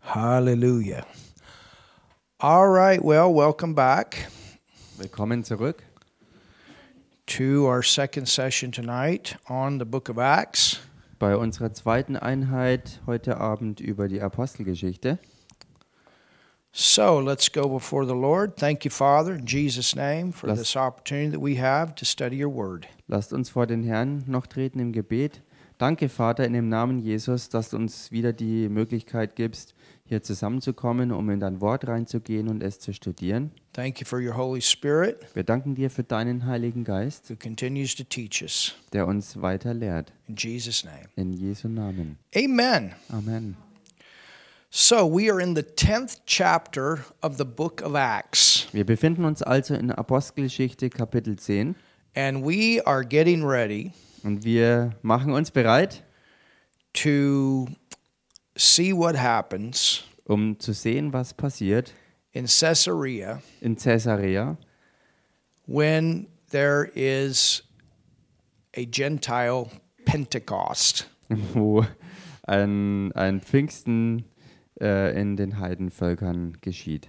Hallelujah. All right, well, welcome back Willkommen zurück to our second session tonight on the book of Acts. bei unserer zweiten Einheit heute Abend über die Apostelgeschichte. So let's go before the Lord. Thank you, Father, in Jesus' name, for this opportunity that we have to study your word. Lasst uns vor den Herrn noch treten im Gebet. Danke, Vater, in dem Namen Jesus, dass du uns wieder die Möglichkeit gibst, hier zusammenzukommen, um in dein Wort reinzugehen und es zu studieren. Thank you for your Holy Spirit Wir danken dir für deinen Heiligen Geist, who continues to teach us. der uns weiter lehrt. In Jesus' name. In Jesu Namen. Amen. Amen. So we are in the 10th chapter of the book of Acts, Wir befinden uns also in Apostelgeschichte Kapitel 10 and we are getting ready und wir machen uns bereit, to see what happens um zu sehen, was passiert in Caesarea in Caesarea, when there is a Gentile Pentecost. wo ein Pfingsten in den Heidenvölkern geschieht.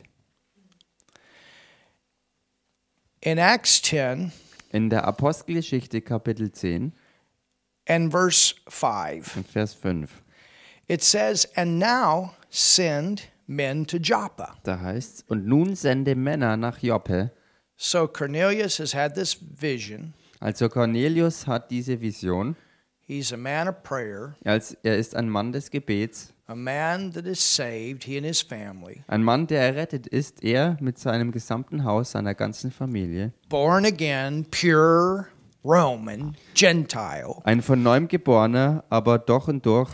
In Acts 10 In der Apostelgeschichte Kapitel 10 and verse 5, und Vers 5, it says, "And now send men to Joppa." da heißt es, und nun sende Männer nach Joppe. So Cornelius has had this vision. Also Cornelius hat diese Vision, He's a man of prayer, er ist ein Mann des Gebets, a man that is saved, he and his family, ein Mann, der errettet ist, er mit seinem gesamten Haus, seiner ganzen Familie, born again, pure Roman, Gentile. ein von neuem geborener, aber doch und durch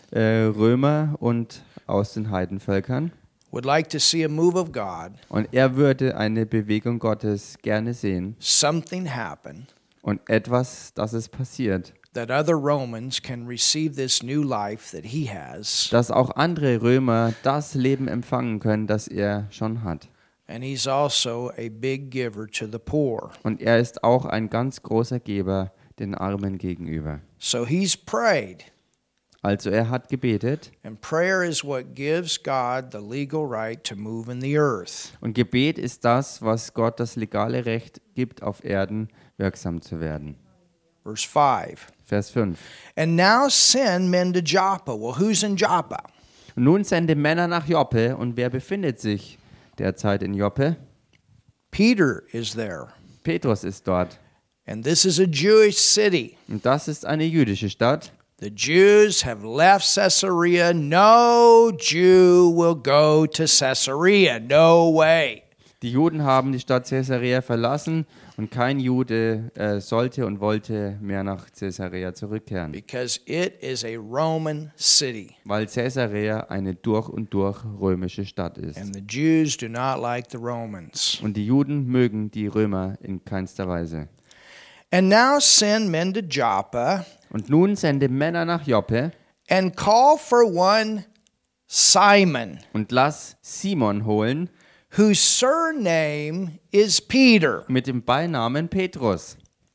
Römer und aus den Heidenvölkern. Would like to see a move of God, Und er würde eine Bewegung Gottes gerne sehen something happen und etwas, dass es passiert, that other Romans can receive this new life that he has. dass auch andere Römer das Leben empfangen können, das er schon hat. And he's also a big giver to the poor. Und er ist auch ein ganz großer Geber den Armen gegenüber. So he's prayed. Also er hat gebetet And prayer is what gives God the legal right to move in the earth. und Gebet ist das, was Gott das legale Recht gibt, auf Erden wirksam zu werden. Verse 5. Vers 5. And now send men to Joppa. Well, who's in Joppa? Und nun sende Männer nach Joppe. Und wer befindet sich derzeit in Joppe? Peter is there. Petrus ist dort. And this is a Jewish city. Und das ist eine jüdische Stadt. The Jews have left Caesarea. No Jew will go to Caesarea. No way. Die Juden haben die Stadt Caesarea verlassen und kein Jude sollte und wollte mehr nach Caesarea zurückkehren, Because it is a Roman city. weil Caesarea eine durch und durch römische Stadt ist. And the Jews do not like the Romans. Und die Juden mögen die Römer in keinster Weise. And now send men to Joppa Und nun sende Männer nach Joppe and call for one Simon, und lass Simon holen whose surname is Peter. mit dem Beinamen Petrus.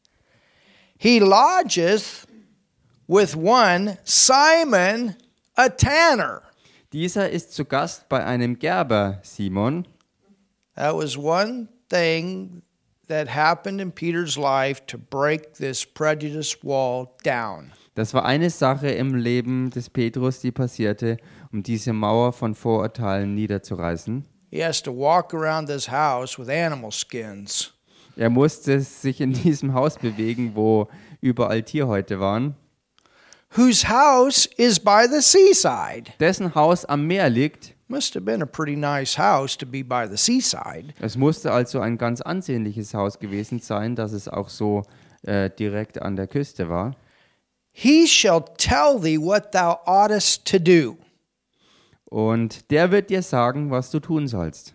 He lodgeth with one Simon, a tanner. Dieser ist zu Gast bei einem Gerber, Simon. That was one thing that happened in Peter's life to break this prejudice wall down. Das war eine Sache im Leben des Petrus, die passierte, um diese Mauer von Vorurteilen niederzureißen. He has to walk around this house with animal skins. Er musste sich in diesem Haus bewegen, wo überall Tierhäute waren. Whose house is by the seaside. Dessen Haus am Meer liegt. Must have been a pretty nice house to be by the seaside. Es musste also ein ganz ansehnliches Haus gewesen sein, dass es auch so direkt an der Küste war. He shall tell thee what thou oughtest to do. Und der wird dir sagen, was du tun sollst.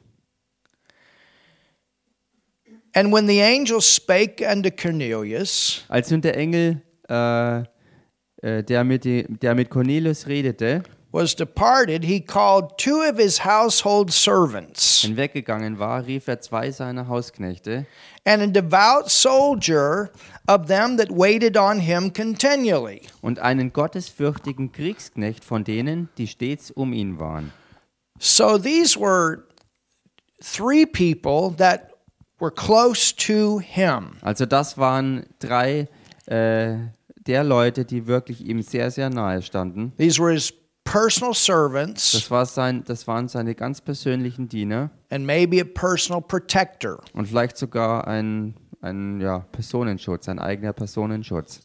And when the angel spake unto Cornelius, Als nun der Engel, der mit Cornelius redete, was departed, he called two of his household servants hinweggegangen war, rief er 2 seiner Hausknechte and a devout soldier of them that waited on him continually. und einen gottesfürchtigen Kriegsknecht von denen, die stets um ihn waren. So these were three people that were close to him. Also das waren drei der Leute, die wirklich ihm sehr, sehr nahe standen. These were his personal servants Das waren seine ganz persönlichen Diener and maybe a personal protector. und vielleicht sogar ein Personenschutz, ein eigener Personenschutz.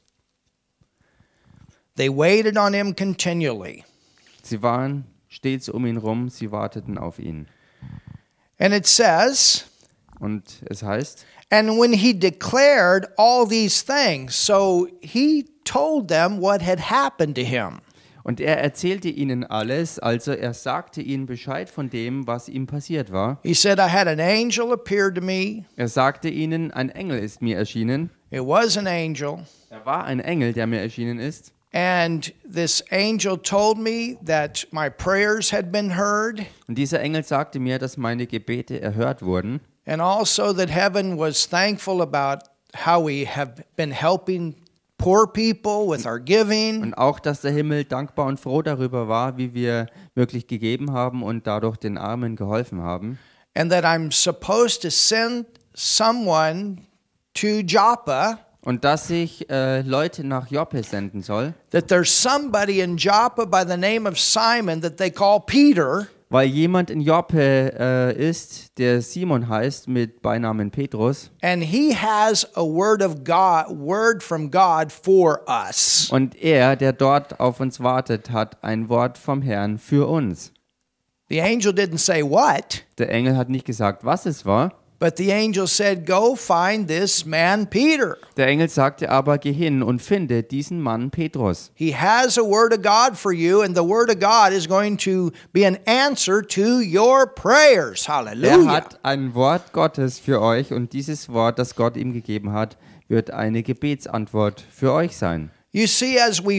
They waited on him continually. Sie waren stets um ihn rum, sie warteten auf ihn. And it says, Und es heißt, and when he declared all these things, so he told them what had happened to him. und er erzählte ihnen alles, also er sagte ihnen Bescheid von dem, was ihm passiert war. He said, I had an angel appear to me. Er sagte ihnen, ein Engel ist mir erschienen. It was an angel. Er war ein Engel, der mir erschienen ist. And this angel told me that my prayers had been heard, Und dieser Engel sagte mir, dass meine Gebete erhört wurden. and also that heaven was thankful about how we have been helping poor people with our giving. Und auch, dass der Himmel dankbar und froh darüber war, wie wir wirklich gegeben haben und dadurch den Armen geholfen haben. And that I'm supposed to send someone to Joppa, Und dass ich Leute nach Joppe senden soll, that there's somebody in Joppa by the name of Simon that they call Peter, weil jemand in Joppe ist, der Simon heißt, mit Beinamen Petrus. and he has a word from God for us. Und er, der dort auf uns wartet, hat ein Wort vom Herrn für uns. The angel didn't say what, Der Engel hat nicht gesagt, was es war. but the angel said, go find this man Peter. Der Engel sagte aber, geh hin und finde diesen Mann Petrus. He has a word of God for you, and the word of God is going to be an answer to your prayers. Er Hallelujah. hat ein Wort Gottes für euch und dieses Wort, das Gott ihm gegeben hat, wird eine Gebetsantwort für euch sein. You see, as we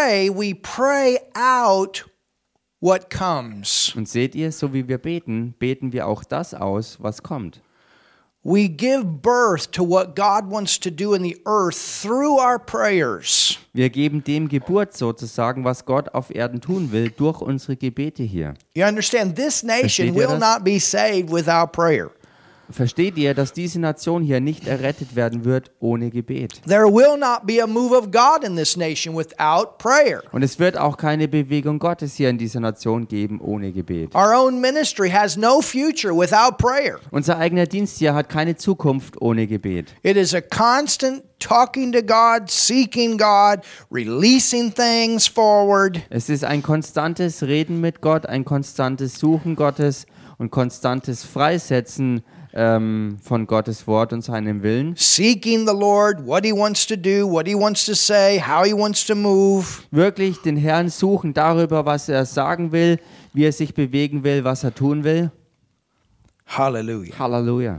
pray out what comes. Und seht ihr, so wie wir beten, beten wir auch das aus, was kommt. We give birth to what God wants to do in the earth through our prayers. Wir geben dem Geburt sozusagen, was Gott auf Erden tun will, durch unsere Gebete hier. You understand, this nation Versteht ihr will das? not be saved without prayer. Versteht ihr, dass diese Nation hier nicht errettet werden wird ohne Gebet? There will not be a move of God in this nation without prayer. Und es wird auch keine Bewegung Gottes hier in dieser Nation geben ohne Gebet. Our own ministry has no future without prayer. Unser eigener Dienst hier hat keine Zukunft ohne Gebet. It is a constant talking to God, seeking God, releasing things forward. Es ist ein konstantes Reden mit Gott, ein konstantes Suchen Gottes und konstantes Freisetzen von Gottes Wort und seinem Willen. Seeking the Lord, what He wants to do, what He wants to say, how He wants to move. Wirklich den Herrn suchen darüber, was er sagen will, wie er sich bewegen will, was er tun will. Hallelujah. Halleluja.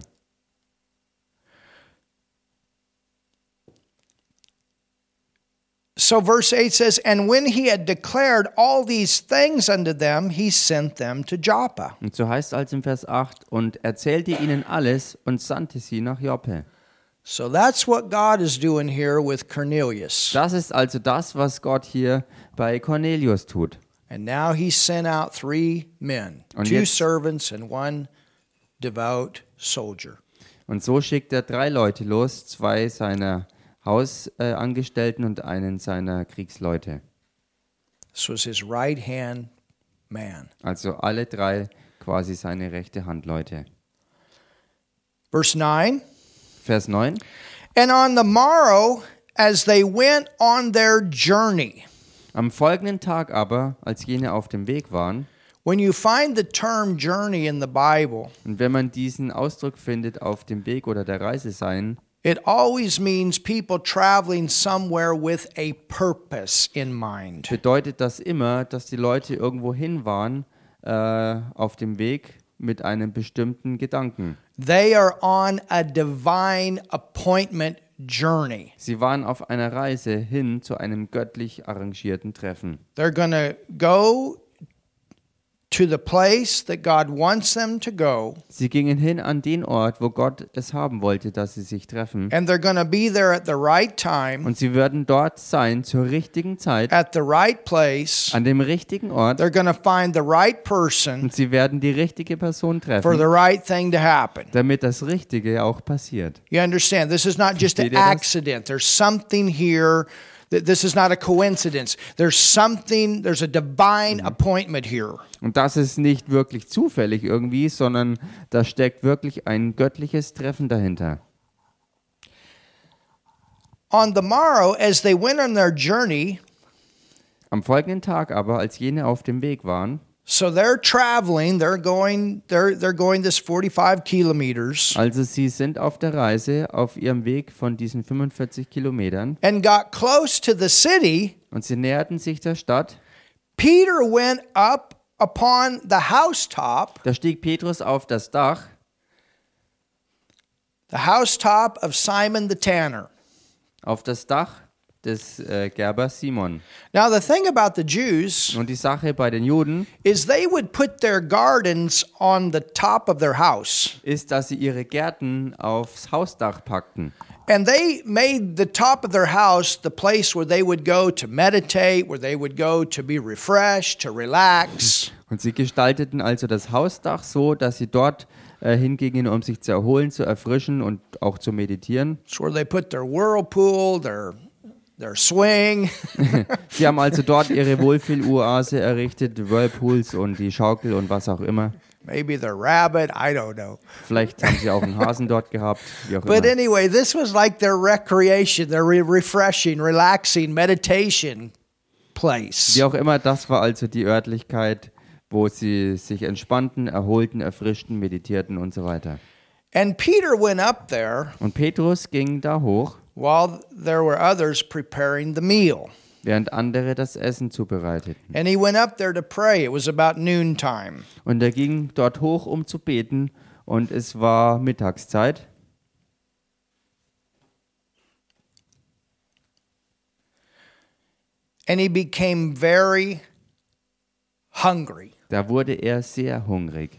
So verse 8 says, and when he had declared all these things unto them, he sent them to Joppa. Und so heißt es im Vers 8, und erzählte ihnen alles und sandte sie nach Joppe. So that's what God is doing here with Cornelius. Das ist also das, was Gott hier bei Cornelius tut. And now he sent out 3 men, Und 2 jetzt- servants and 1 devout soldier. Und so schickt er 3 Leute los, 2 seiner Hausangestellten und einen seiner Kriegsleute. This was his right-hand man. Also alle 3 quasi seine rechte Hand Leute. Verse 9, Vers 9. and on the morrow, as they went on their journey. Am folgenden Tag aber, als jene auf dem Weg waren, When you find the term journey in the Bible, und wenn man diesen Ausdruck findet, auf dem Weg oder der Reise sein, it always means people traveling somewhere with a purpose in mind. bedeutet das immer, dass die Leute irgendwo hin waren auf dem Weg mit einem bestimmten Gedanken. They are on a divine appointment journey. Sie waren auf einer Reise hin zu einem göttlich arrangierten Treffen. They're going to go to the place that God wants them to go, Sie gingen hin an den Ort, wo Gott es haben wollte, dass sie sich treffen. and they're going to be there at the right time, Und sie würden dort sein zur richtigen Zeit, at the right place. an dem richtigen Ort. They're going to find the right person Und sie werden die richtige Person for the treffen, right thing to happen. damit das Richtige auch passiert. You understand? This is not just an Versteht ihr das? accident. There's something here. This is not a coincidence. There's a divine appointment here. Und das ist nicht wirklich zufällig irgendwie, sondern da steckt wirklich ein göttliches Treffen dahinter. On the morrow, as they went on their journey, Am folgenden Tag aber, als jene auf dem Weg waren, so they're traveling, they're going this 45 kilometers, also sie sind auf der Reise auf ihrem Weg von diesen 45 Kilometern and got close to the city, und sie näherten sich der Stadt. Peter went up upon the housetop, Da stieg Petrus auf das Dach, the housetop of Simon the tanner. auf das Dach des Gerbers Simon. Now the thing about the Jews Und die Sache bei den Juden is they would put their gardens on the top of their house. ist, dass sie ihre Gärten aufs Hausdach packten. And they made the top of their house the place where they would go to meditate, where they would go to be refreshed, to relax. Und sie gestalteten also das Hausdach so, dass sie dort hingingen, um sich zu erholen, zu erfrischen und auch zu meditieren. It's where they put their whirlpool, their swing. Sie haben also dort ihre Wohlfühloase errichtet, Whirlpools und die Schaukel und was auch immer. Maybe their rabbit, I don't know. Vielleicht haben sie auch einen Hasen dort gehabt, wie auch But immer. anyway, this was like their recreation, their refreshing, relaxing, meditation place. Wie auch immer, das war also die Örtlichkeit, wo sie sich entspannten, erholten, erfrischten, meditierten und so weiter. And Peter went up there Und Petrus ging da hoch, while there were others preparing the meal. während andere das Essen zubereiteten. And he went up there to pray. It was about noontime. Und er ging dort hoch, um zu beten, und es war Mittagszeit. And he became very hungry. Da wurde er sehr hungrig.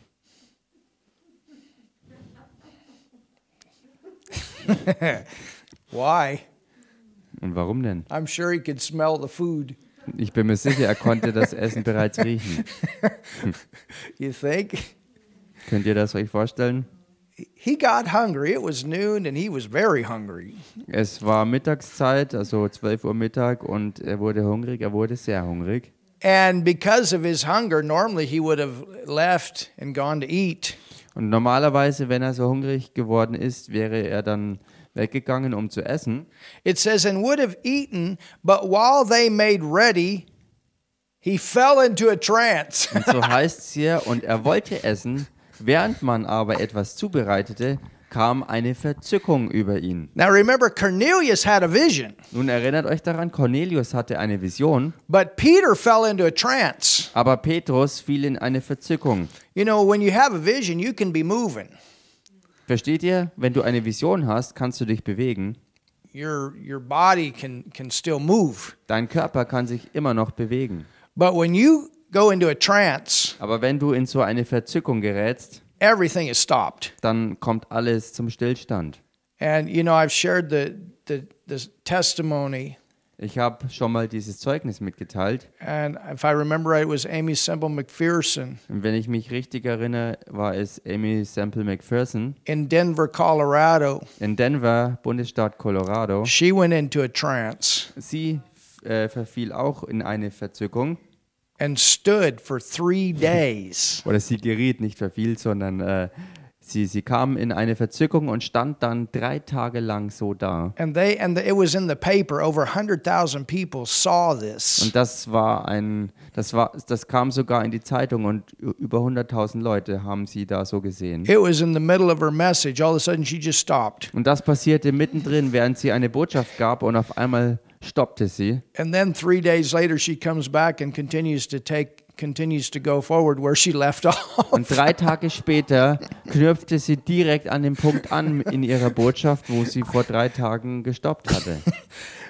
Why? Und warum denn? I'm sure he could smell the food. Ich bin mir sicher, er konnte das Essen bereits riechen. You think? Könnt ihr das euch vorstellen? He got hungry. It was noon and he was very hungry. Es war Mittagszeit, also 12 Uhr Mittag, und er wurde hungrig, er wurde sehr hungrig. And because of his hunger, normally he would have left and gone to eat. Und normalerweise, wenn er so hungrig geworden ist, wäre er dann weggegangen, um zu essen. It says, and would have eaten, but while they made ready, he fell into a trance. Und so heißt es hier, und er wollte essen, während man aber etwas zubereitete, kam eine Verzückung über ihn. Now remember, Cornelius had a vision, Nun erinnert euch daran, Cornelius hatte eine Vision, but Peter fell into a trance. aber Petrus fiel in eine Verzückung. You know, when you have a vision, you can be moving. Versteht ihr? Wenn du eine Vision hast, kannst du dich bewegen. Your body can still move. Dein Körper kann sich immer noch bewegen. But when you go into a trance, Aber wenn du in so eine Verzückung gerätst, everything is stopped. dann kommt alles zum Stillstand. And you know, I've shared the testimony, Ich habe schon mal dieses Zeugnis mitgeteilt. and if I remember right, it was Amy Semple McPherson Und wenn ich mich richtig erinnere, war es Amy Semple McPherson in Denver, Colorado. in Denver, Bundesstaat Colorado. She went into a trance Sie verfiel auch in eine Verzückung. and stood for 3 days. Oder sie geriet, nicht verfiel, sondern sie kam in eine Verzückung und stand dann 3 Tage lang so da. And it was in the paper. Over 100,000 people saw this. Und das kam sogar in die Zeitung und über 100.000 Leute haben sie da so gesehen. It was in the middle of her message. All of a sudden, she just stopped. Und das passierte mittendrin, während sie eine Botschaft gab, und auf einmal stoppte sie. And then 3 days later, she comes back and continues to go forward where she left off. Und 3 Tage später knüpfte sie direkt an den Punkt an in ihrer Botschaft, wo sie vor 3 Tagen gestoppt hatte.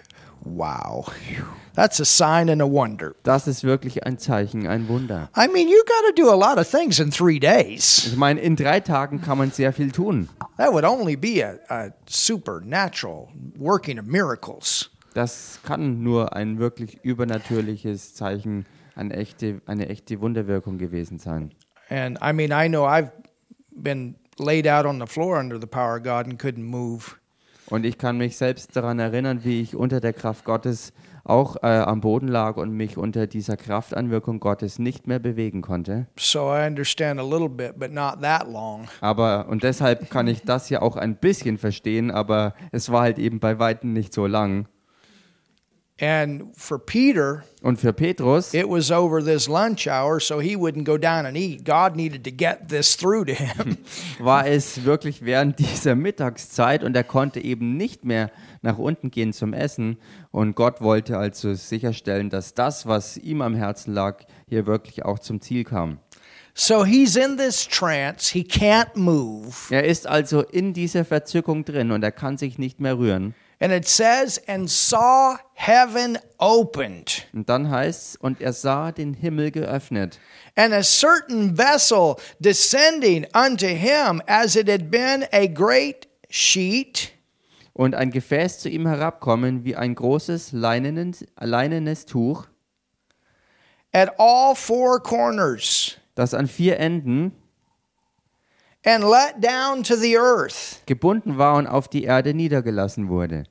Wow. That's a sign and a wonder. Das ist wirklich ein Zeichen, ein Wunder. I mean, you got to do a lot of things in 3 days. Ich meine, in 3 Tagen kann man sehr viel tun. That would only be a supernatural working of miracles. Das kann nur ein wirklich übernatürliches Zeichen, eine echte Wunderwirkung gewesen sein. And I mean, I know I've been laid out on the floor under the power of God and couldn't move. Und ich kann mich selbst daran erinnern, wie ich unter der Kraft Gottes auch am Boden lag und mich unter dieser Kraftanwirkung Gottes nicht mehr bewegen konnte. So I understand a little bit, but not that long. Und deshalb kann ich das ja auch ein bisschen verstehen, aber es war halt eben bei Weitem nicht so lang. And for Peter, Und für Petrus it was over this lunch hour, so he wouldn't go down and eat. God needed to get this through to him. war es wirklich während dieser Mittagszeit und er konnte eben nicht mehr nach unten gehen zum Essen. Und Gott wollte also sicherstellen, dass das, was ihm am Herzen lag, hier wirklich auch zum Ziel kam. So he's in this trance, he can't move. Er ist also in dieser Verzückung drin und er kann sich nicht mehr rühren. And it says, and saw heaven opened, Und dann heißt es, und er sah den Himmel geöffnet. and a certain vessel descending unto him, as it had been a great sheet, Und ein Gefäß zu ihm herabkommen wie ein großes leinenes Tuch, at all 4 corners, das an 4 Enden and let down to the earth, gebunden war und auf die Erde niedergelassen wurde.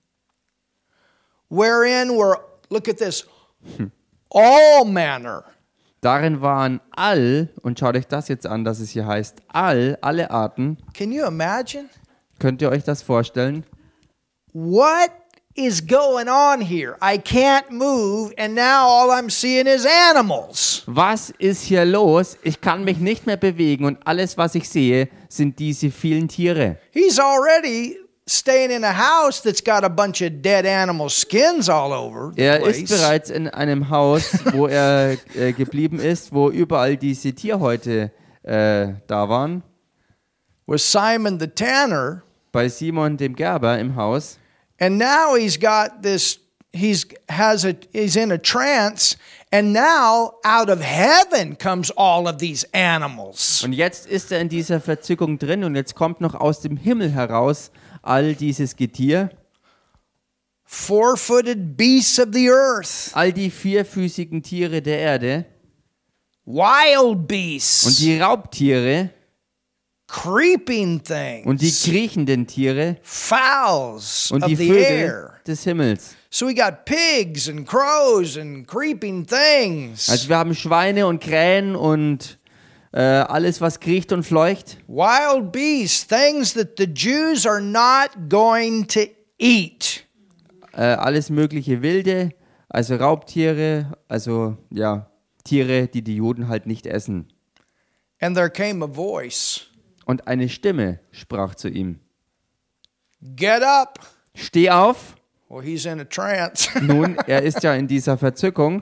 wherein were, look at this, all manner. Darin waren und schaut euch das jetzt an, dass es hier heißt, alle Arten. Can you imagine? Könnt ihr euch das vorstellen? What is going on here? I can't move, and now all I'm seeing is animals. Was ist hier los? Ich kann mich nicht mehr bewegen und alles, was ich sehe, sind diese vielen Tiere. He's already staying in a house that's got a bunch of dead animal skins all over the Er ist place. bereits in einem Haus, wo er geblieben ist, wo überall diese Tierhäute da waren. With Simon the tanner, Bei Simon dem Gerber im Haus. and now he's got this. He's in a trance, and now out of heaven comes all of these animals. Und jetzt ist er in dieser Verzückung drin und jetzt kommt noch aus dem Himmel heraus all dieses Getier, 4-footed beasts of the earth, all die vierfüßigen Tiere der Erde wild beasts, und die Raubtiere creeping things, und die kriechenden Tiere fowls und of die the Vögel air. des Himmels. So we got pigs and crows and creeping things. Also wir haben Schweine und Krähen und alles, was kriecht und fleucht. Wild beasts, things that the Jews are not going to eat. Alles mögliche Wilde, also Raubtiere, also ja, Tiere, die die Juden halt nicht essen. And there came a voice. Und eine Stimme sprach zu ihm: Get up. Steh auf. Well, he's in a trance. Nun, er ist ja in dieser Verzückung.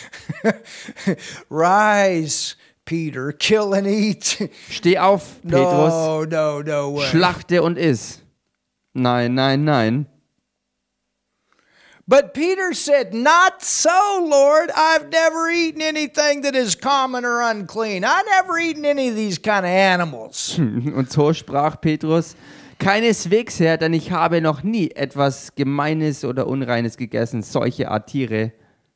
Rise, Peter, kill and eat. Steh auf, Petrus, No way. schlachte und iss. Nein, nein, nein. But Peter said, Not so, Lord. I've never eaten anything that is common or unclean. I've never eaten any of these kind of animals. Und so sprach Petrus: Keineswegs, Herr, denn ich habe noch nie etwas Gemeines oder Unreines gegessen, solche Art Tiere.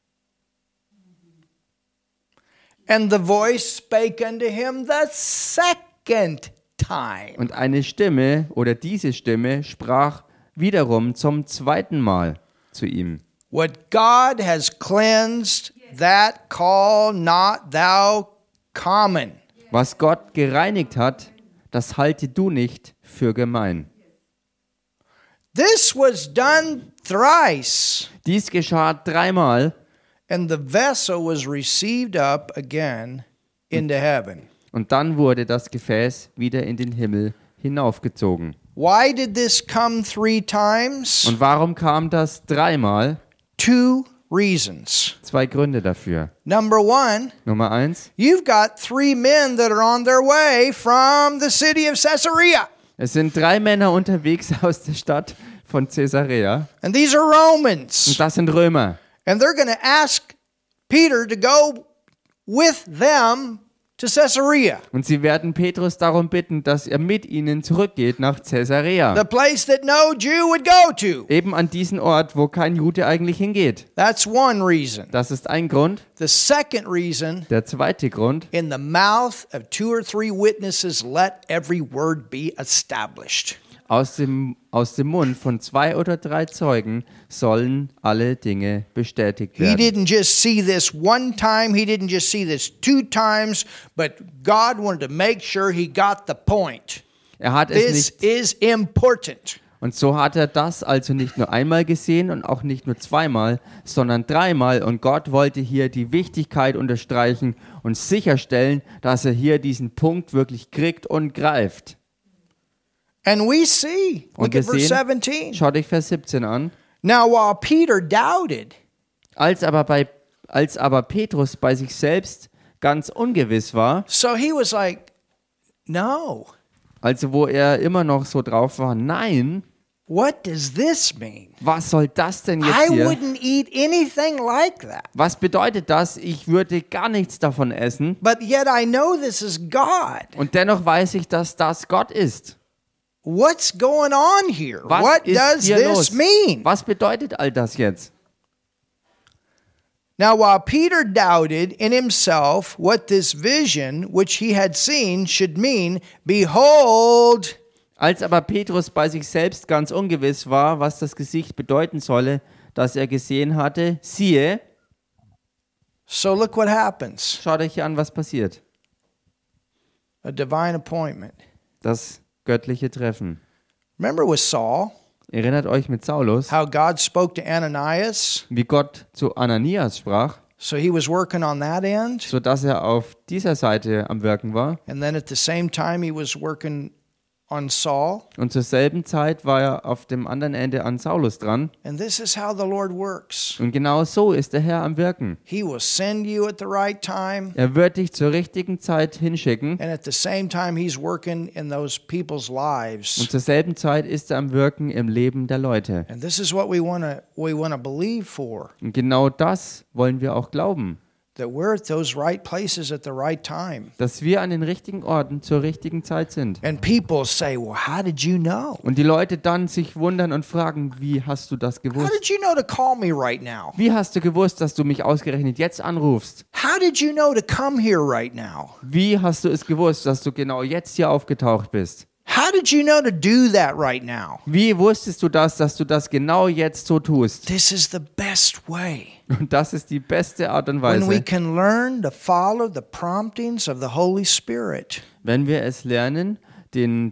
And the voice spake unto him the second time. Und eine Stimme oder diese Stimme sprach wiederum zum 2. Mal zu ihm: What God has cleansed, that call not thou common. Was Gott gereinigt hat, das halte du nicht für gemein. This was done thrice, Dies geschah 3-mal and the vessel was received up again into heaven. und dann wurde das Gefäß wieder in den Himmel hinaufgezogen. Why did this come 3 times? Und warum kam das 3-mal? 2 reasons. 2 Gründe dafür. Number 1, Nummer 1, you've got 3 men that are on their way from the city of Caesarea. es sind 3 Männer unterwegs aus der Stadt von Caesarea. And these are Romans. Und das sind Römer. And they're going to ask Peter to go with them to Caesarea, Und sie werden Petrus darum bitten, dass er mit ihnen zurückgeht nach Caesarea. the place that no Jew would go to. Eben an diesen Ort, wo kein Jude eigentlich hingeht. That's one reason. Das ist ein Grund. The second reason, Der zweite Grund, in the mouth of 2 or 3 witnesses, let every word be established. aus dem Mund von 2 oder 3 Zeugen sollen alle Dinge bestätigt He werden. didn't just see this one time, he didn't just see this 2 times, but God wanted to make sure he got the point. Er hat es This nicht, is important. und so hat er das also nicht nur einmal gesehen und auch nicht nur zweimal, sondern 3-mal. Und Gott wollte hier die Wichtigkeit unterstreichen und sicherstellen, dass er hier diesen Punkt wirklich kriegt und greift. And we see, Und look wir at verse sehen, 17. schaut euch Vers 17 an. Now while Peter doubted, Als aber Petrus bei sich selbst ganz ungewiss war, so he was like, no, also wo er immer noch so drauf war, nein, what does this mean? was soll das denn I jetzt hier? wouldn't eat anything like that. Was bedeutet das? Ich würde gar nichts davon essen. But yet I know this is God. Und dennoch weiß ich, dass das Gott ist. What's going on here? Was What ist does hier this los? mean? Was bedeutet all das jetzt? Now, while Peter doubted in himself what this vision which he had seen should mean, behold, Als aber Petrus bei sich selbst ganz ungewiss war, was das Gesicht bedeuten solle, das er gesehen hatte, siehe, so look what happens. schaut euch an, was passiert. A divine appointment. Das göttliche Treffen. Remember with Saul, Erinnert euch mit Saulus, how God spoke to Ananias? wie Gott zu Ananias sprach, So he was working on that end. sodass er auf dieser Seite am Wirken war. And then at the same time, he was working on Saul. Und zur selben Zeit war er auf dem anderen Ende an Saulus dran. And this is how the Lord works. Und genau so ist der Herr am Wirken. He will send you at the right time. Er wird dich zur richtigen Zeit hinschicken. And at the same time, he's working in those people's Und lives. zur selben Zeit ist er am Wirken im Leben der Leute. And this is what we want to believe for, Und genau das wollen wir auch glauben. that we're at those right places at the right time. Dass wir an den richtigen Orten zur richtigen Zeit sind. And people say, well, how did you know? Und die Leute dann sich wundern und fragen, wie hast du das How gewusst? did you know to call me right now? Wie hast du gewusst, dass du mich ausgerechnet jetzt anrufst? How did you know to come here right now? Wie hast du es gewusst, dass du genau jetzt hier aufgetaucht bist? How did you know to do that right now? Wie wusstest du das, dass du das genau jetzt so tust? This is the best way. Und das ist die beste Art und When we Weise, can learn to follow the promptings of the Holy Spirit. wenn wir es lernen, den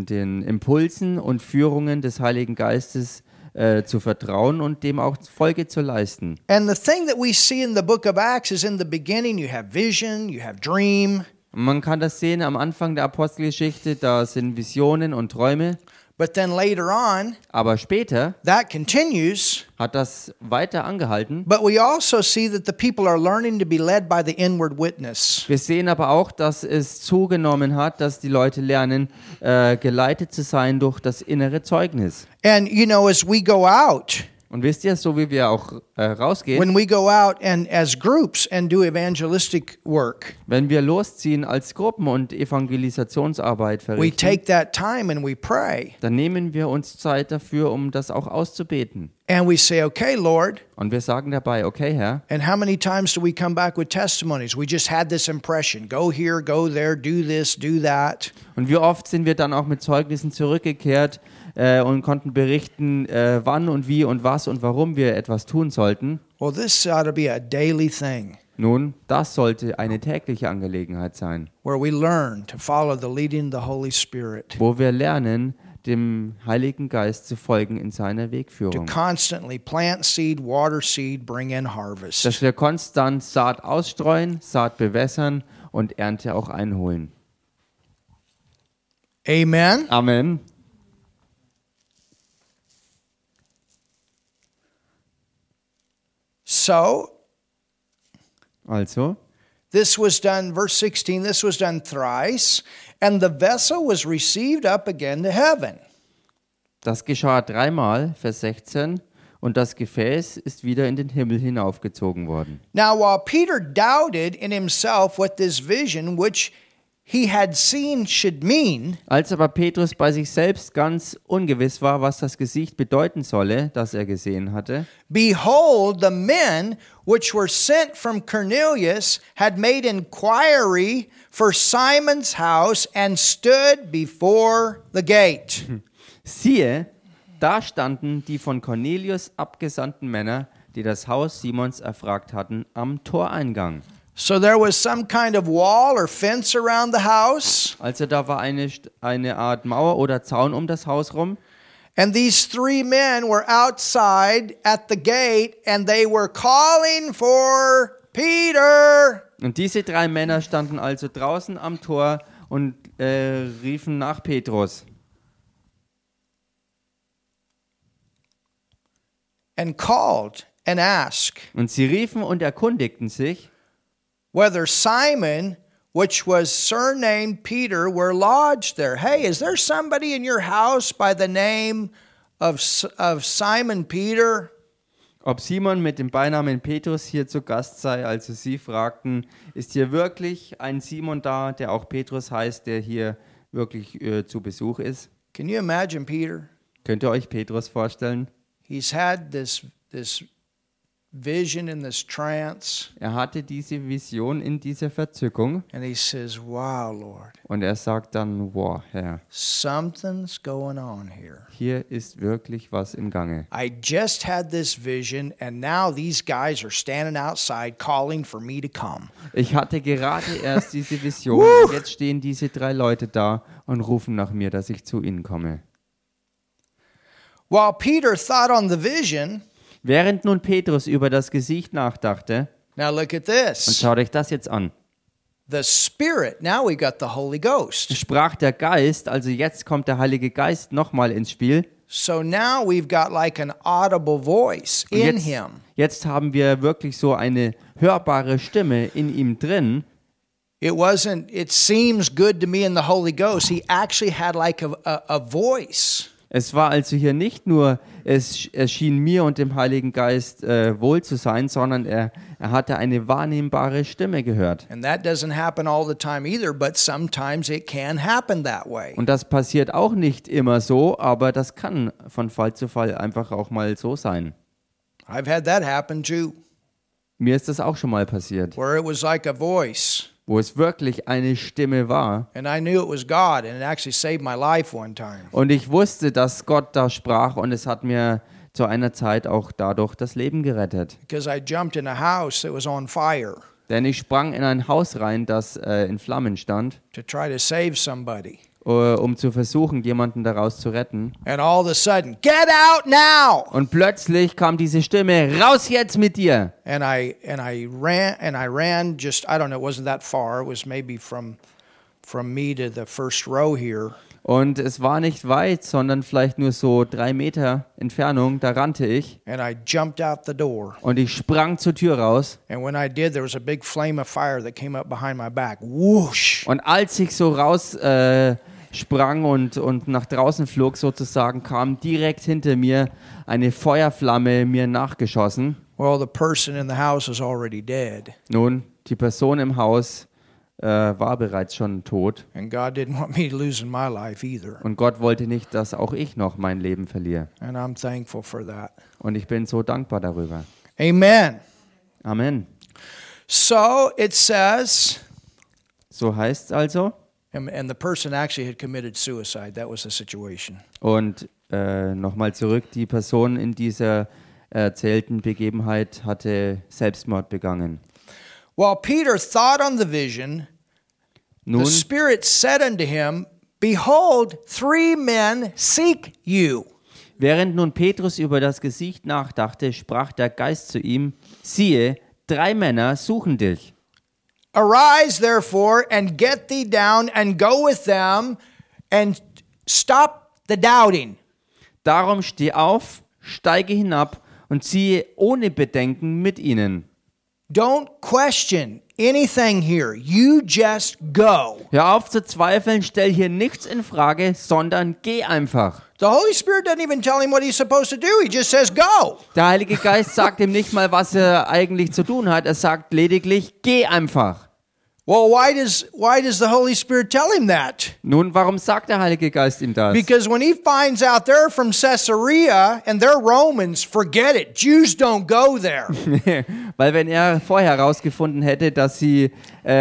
Impulsen und Führungen des Heiligen Geistes zu vertrauen und dem auch Folge zu leisten. And the thing that we see in the book of Acts is in the beginning you have vision, you have dream, Und man kann das sehen am Anfang der Apostelgeschichte, da sind Visionen und Träume, but then later on aber später that continues. hat das weiter angehalten. But we also see that the people are learning to be led by the inward witness. Wir sehen aber auch, dass es zugenommen hat, dass die Leute lernen, geleitet zu sein durch das innere Zeugnis. And you know, as we go out, Und wisst ihr, so wie wir auch rausgehen, when we go out and as groups and do evangelistic work, wenn wir losziehen als Gruppen und Evangelisationsarbeit we verrichten, take that time and we pray. dann nehmen wir uns Zeit dafür, um das auch auszubeten. And we say, okay, Lord, Und wir sagen dabei, okay, Herr, and how many times do we come back with testimonies? We just had this impression. Go here, go there, do this, do that. und wie oft sind wir dann auch mit Zeugnissen zurückgekehrt und konnten berichten, wann und wie und was und warum wir etwas tun sollten. Well, this ought to be a daily thing Nun, das sollte eine tägliche Angelegenheit sein, where we learn to follow the leading of the Holy Spirit, wo wir lernen, dem Heiligen Geist zu folgen in seiner to Wegführung. constantly plant seed, water seed, bring in harvest. Dass wir konstant Saat ausstreuen, Saat bewässern und Ernte auch einholen. Amen. Amen. So, Also, this was done, verse 16, this was done thrice, and the vessel was received up again to heaven. Das geschah dreimal, Vers 16, und das Gefäß ist wieder in den Himmel hinaufgezogen worden. Now, while Peter doubted in himself what this vision which he had seen should mean, Als aber Petrus bei sich selbst ganz ungewiss war, was das Gesicht bedeuten solle, das er gesehen hatte, behold, the men which were sent from Cornelius had made inquiry for Simon's house and stood before the gate. siehe, da standen die von Cornelius abgesandten Männer, die das Haus Simons erfragt hatten, am Toreingang. So there was some kind of wall or fence around the house, Also da war eine Art Mauer oder Zaun um das Haus rum. and these three men were outside at the gate, and they were calling for Peter. Und diese drei Männer standen also draußen am Tor und riefen nach Petrus. And called and asked Und sie riefen und erkundigten sich, whether Simon, which was surnamed Peter, were lodged there. Hey, is there somebody in your house by the name of Simon Peter? ob Simon mit dem Beinamen Petrus hier zu Gast sei. Also sie fragten, ist hier wirklich ein Simon da, der auch Petrus heißt, der hier wirklich zu Besuch ist? Can you imagine Peter? Könnt ihr euch Petrus vorstellen? He's had this vision in this trance, Er hatte diese Vision in dieser Verzückung and he says, wow, Lord, und er sagt dann, wow, Herr, something's going on here. hier ist wirklich was im Gange. I just had this vision, and now these guys are standing outside calling for me to come. Ich hatte gerade erst diese Vision und jetzt stehen diese drei Leute da und rufen nach mir, dass ich zu ihnen komme. While Peter thought on the vision, Während nun Petrus über das Gesicht nachdachte, now look at und this. schaut euch das jetzt an, The Spirit, now we got the Holy Ghost. sprach der Geist, also jetzt kommt der Heilige Geist nochmal ins Spiel. So now we've got like an audible voice Und in jetzt, him. jetzt haben wir wirklich so eine hörbare Stimme in ihm drin. It seems good to me in the Holy Ghost. He actually had like a voice. Es war also hier nicht nur, es erschien mir und dem Heiligen Geist wohl zu sein, sondern er hatte eine wahrnehmbare Stimme gehört. And that doesn't happen all the time either, but sometimes it can happen that way. Und das passiert auch nicht immer so, aber das kann von Fall zu Fall einfach auch mal so sein. I've had that happen too, Mir ist das auch schon mal passiert, where it was like a voice, wo es wirklich eine Stimme war. and I knew it was God, and it actually saved my life one time. Und ich wusste, dass Gott da sprach und es hat mir zu einer Zeit auch dadurch das Leben gerettet. Because I jumped in a house that was on fire Denn ich sprang in ein Haus rein, das in Flammen stand, to try to save somebody. um zu versuchen, jemanden daraus zu retten. And all of a sudden, get out now! Und plötzlich kam diese Stimme, raus jetzt mit dir! And I ran just, I don't know, it wasn't that far. It was maybe from me to the first row here. Und es war nicht weit, sondern vielleicht nur so 3 Meter Entfernung, da rannte ich. And I jumped out the door. Und ich sprang zur Tür raus. And when I did, there was a big flame of fire that came up behind my back. Whoosh! Und als ich so raus sprang und nach draußen flog sozusagen, kam direkt hinter mir eine Feuerflamme mir nachgeschossen. Well, the person in the house was already dead. Nun, die Person im Haus war bereits schon tot. And God didn't want me losing my life either. Und Gott wollte nicht, dass auch ich noch mein Leben verliere. And I'm thankful for that. Und ich bin so dankbar darüber. Amen. Amen. So it says, So heißt es also. and the person actually had committed suicide. That was the situation. Und nochmal zurück, die Person in dieser erzählten Begebenheit hatte Selbstmord begangen. While Peter thought on the vision, Nun, the Spirit said unto him, behold, 3 men seek you. während nun Petrus über das Gesicht nachdachte, sprach der Geist zu ihm, siehe, 3 Männer suchen dich. Arise therefore and get thee down and go with them and stop the doubting. Darum steh auf, steige hinab und ziehe ohne Bedenken mit ihnen. Don't question anything here. You just go. Hör auf zu zweifeln, stell hier nichts in Frage, sondern geh einfach. The Holy Spirit doesn't even tell him what he's supposed to do. He just says go. Der Heilige Geist sagt ihm nicht mal, was er eigentlich zu tun hat. Er sagt lediglich, geh einfach. Well, why does the Holy Spirit tell him that? Nun, warum sagt der Heilige Geist ihm das? Because when he finds out they're from Caesarea and they're Romans, forget it. Jews don't go there. Weil wenn er vorher herausgefunden hätte, dass sie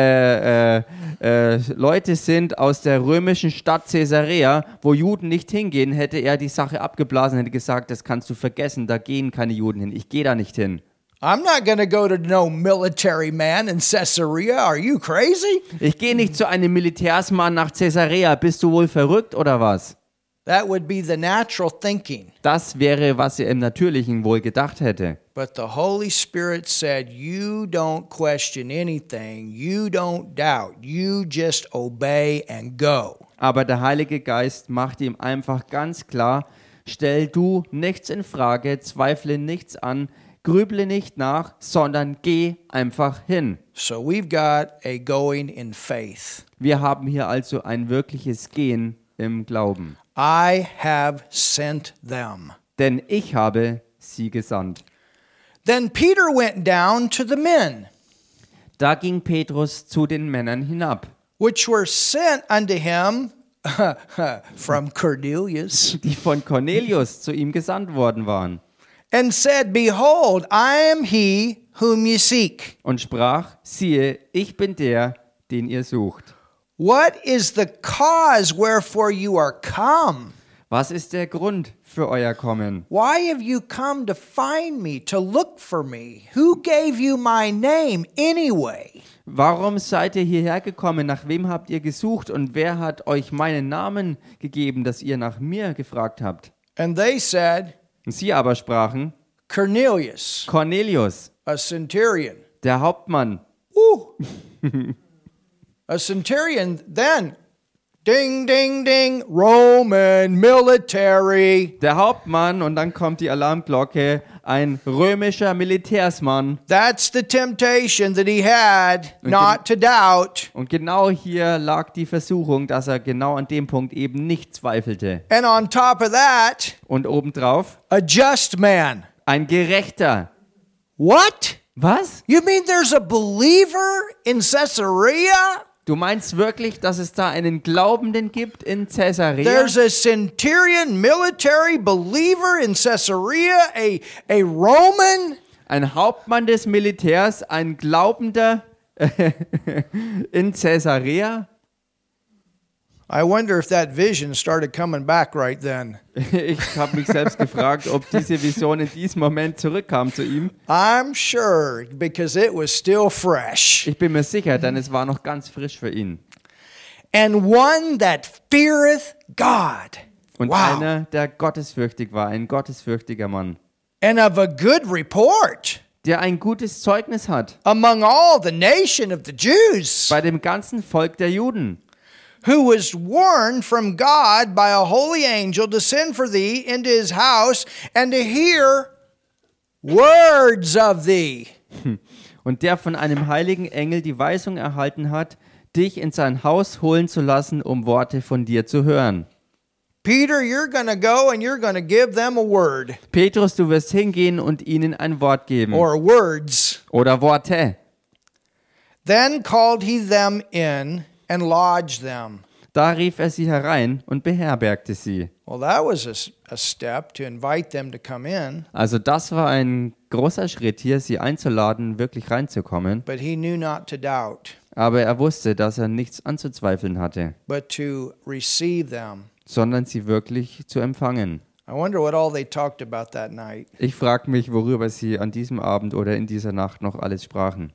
Leute sind aus der römischen Stadt Caesarea, wo Juden nicht hingehen, hätte er die Sache abgeblasen, hätte gesagt, das kannst du vergessen, da gehen keine Juden hin. Ich gehe da nicht hin. I'm not going to go to no military man in Caesarea. Are you crazy? Ich gehe nicht zu einem Militärsmann nach Caesarea. Bist du wohl verrückt oder was? That would be the natural thinking. Das wäre, was er im Natürlichen wohl gedacht hätte. But the Holy Spirit said, you don't question anything. You don't doubt. You just obey and go. Aber der Heilige Geist macht ihm einfach ganz klar, stell du nichts in Frage, zweifle nichts an, grüble nicht nach, sondern geh einfach hin. So we've got a going in faith. Wir haben hier also ein wirkliches Gehen im Glauben. I have sent them. Denn ich habe sie gesandt. Then Peter went down to the men, Da ging Petrus zu den Männern hinab, which were sent unto him from Cornelius, die von Cornelius zu ihm gesandt worden waren, and said, Behold, I am he whom ye seek. und sprach, siehe, ich bin der, den ihr sucht. What is the cause wherefore you are come? Was ist der Grund für euer Kommen? Why have you come to find me, to look for me? Who gave you my name anyway? Warum seid ihr hierher gekommen? Nach wem habt ihr gesucht? Und wer hat euch meinen Namen gegeben, dass ihr nach mir gefragt habt? And they said, Und sie aber sprachen, Cornelius, Cornelius, a centurion. der Hauptmann. A centurion, then, ding, ding, ding, Roman military. Der Hauptmann, und dann kommt die Alarmglocke, ein römischer Militärsmann. That's the temptation that he had, not to doubt. Und genau hier lag die Versuchung, dass er genau an dem Punkt eben nicht zweifelte. And on top of that, Und obendrauf, a just man. ein Gerechter. What? Was? You mean there's a believer in Caesarea? Du meinst wirklich, dass es da einen Glaubenden gibt in Caesarea? There's a centurion military believer in Caesarea, a Roman? Ein Hauptmann des Militärs, ein Glaubender in Caesarea? I wonder if that vision started coming back right then. Ich habe mich selbst gefragt, ob diese Vision in diesem Moment zurückkam zu ihm. I'm sure, because it was still fresh. Ich bin mir sicher, denn es war noch ganz frisch für ihn. And one that feareth God. Und Wow. einer, der gottesfürchtig war, ein gottesfürchtiger Mann, And of a good report der ein gutes Zeugnis hat among all the nation of the Jews, bei dem ganzen Volk der Juden, who was warned from God by a holy angel to send for thee into his house and to hear words of thee. und der von einem heiligen Engel die Weisung erhalten hat, dich in sein Haus holen zu lassen, um Worte von dir zu hören. Peter, you're going to go and you're going to give them a word Petrus, du wirst hingehen und ihnen ein Wort geben. or words. Oder Worte. Then called he them in and lodged them. Da rief er sie herein und beherbergte sie. Well, that was a step to invite them to come in, Also das war ein großer Schritt hier, sie einzuladen, wirklich reinzukommen. but he knew not to doubt, Aber er wusste, dass er nichts anzuzweifeln hatte, but to receive them. sondern sie wirklich zu empfangen. I wonder what all they talked about that night. Ich frage mich, worüber sie an diesem Abend oder in dieser Nacht noch alles sprachen.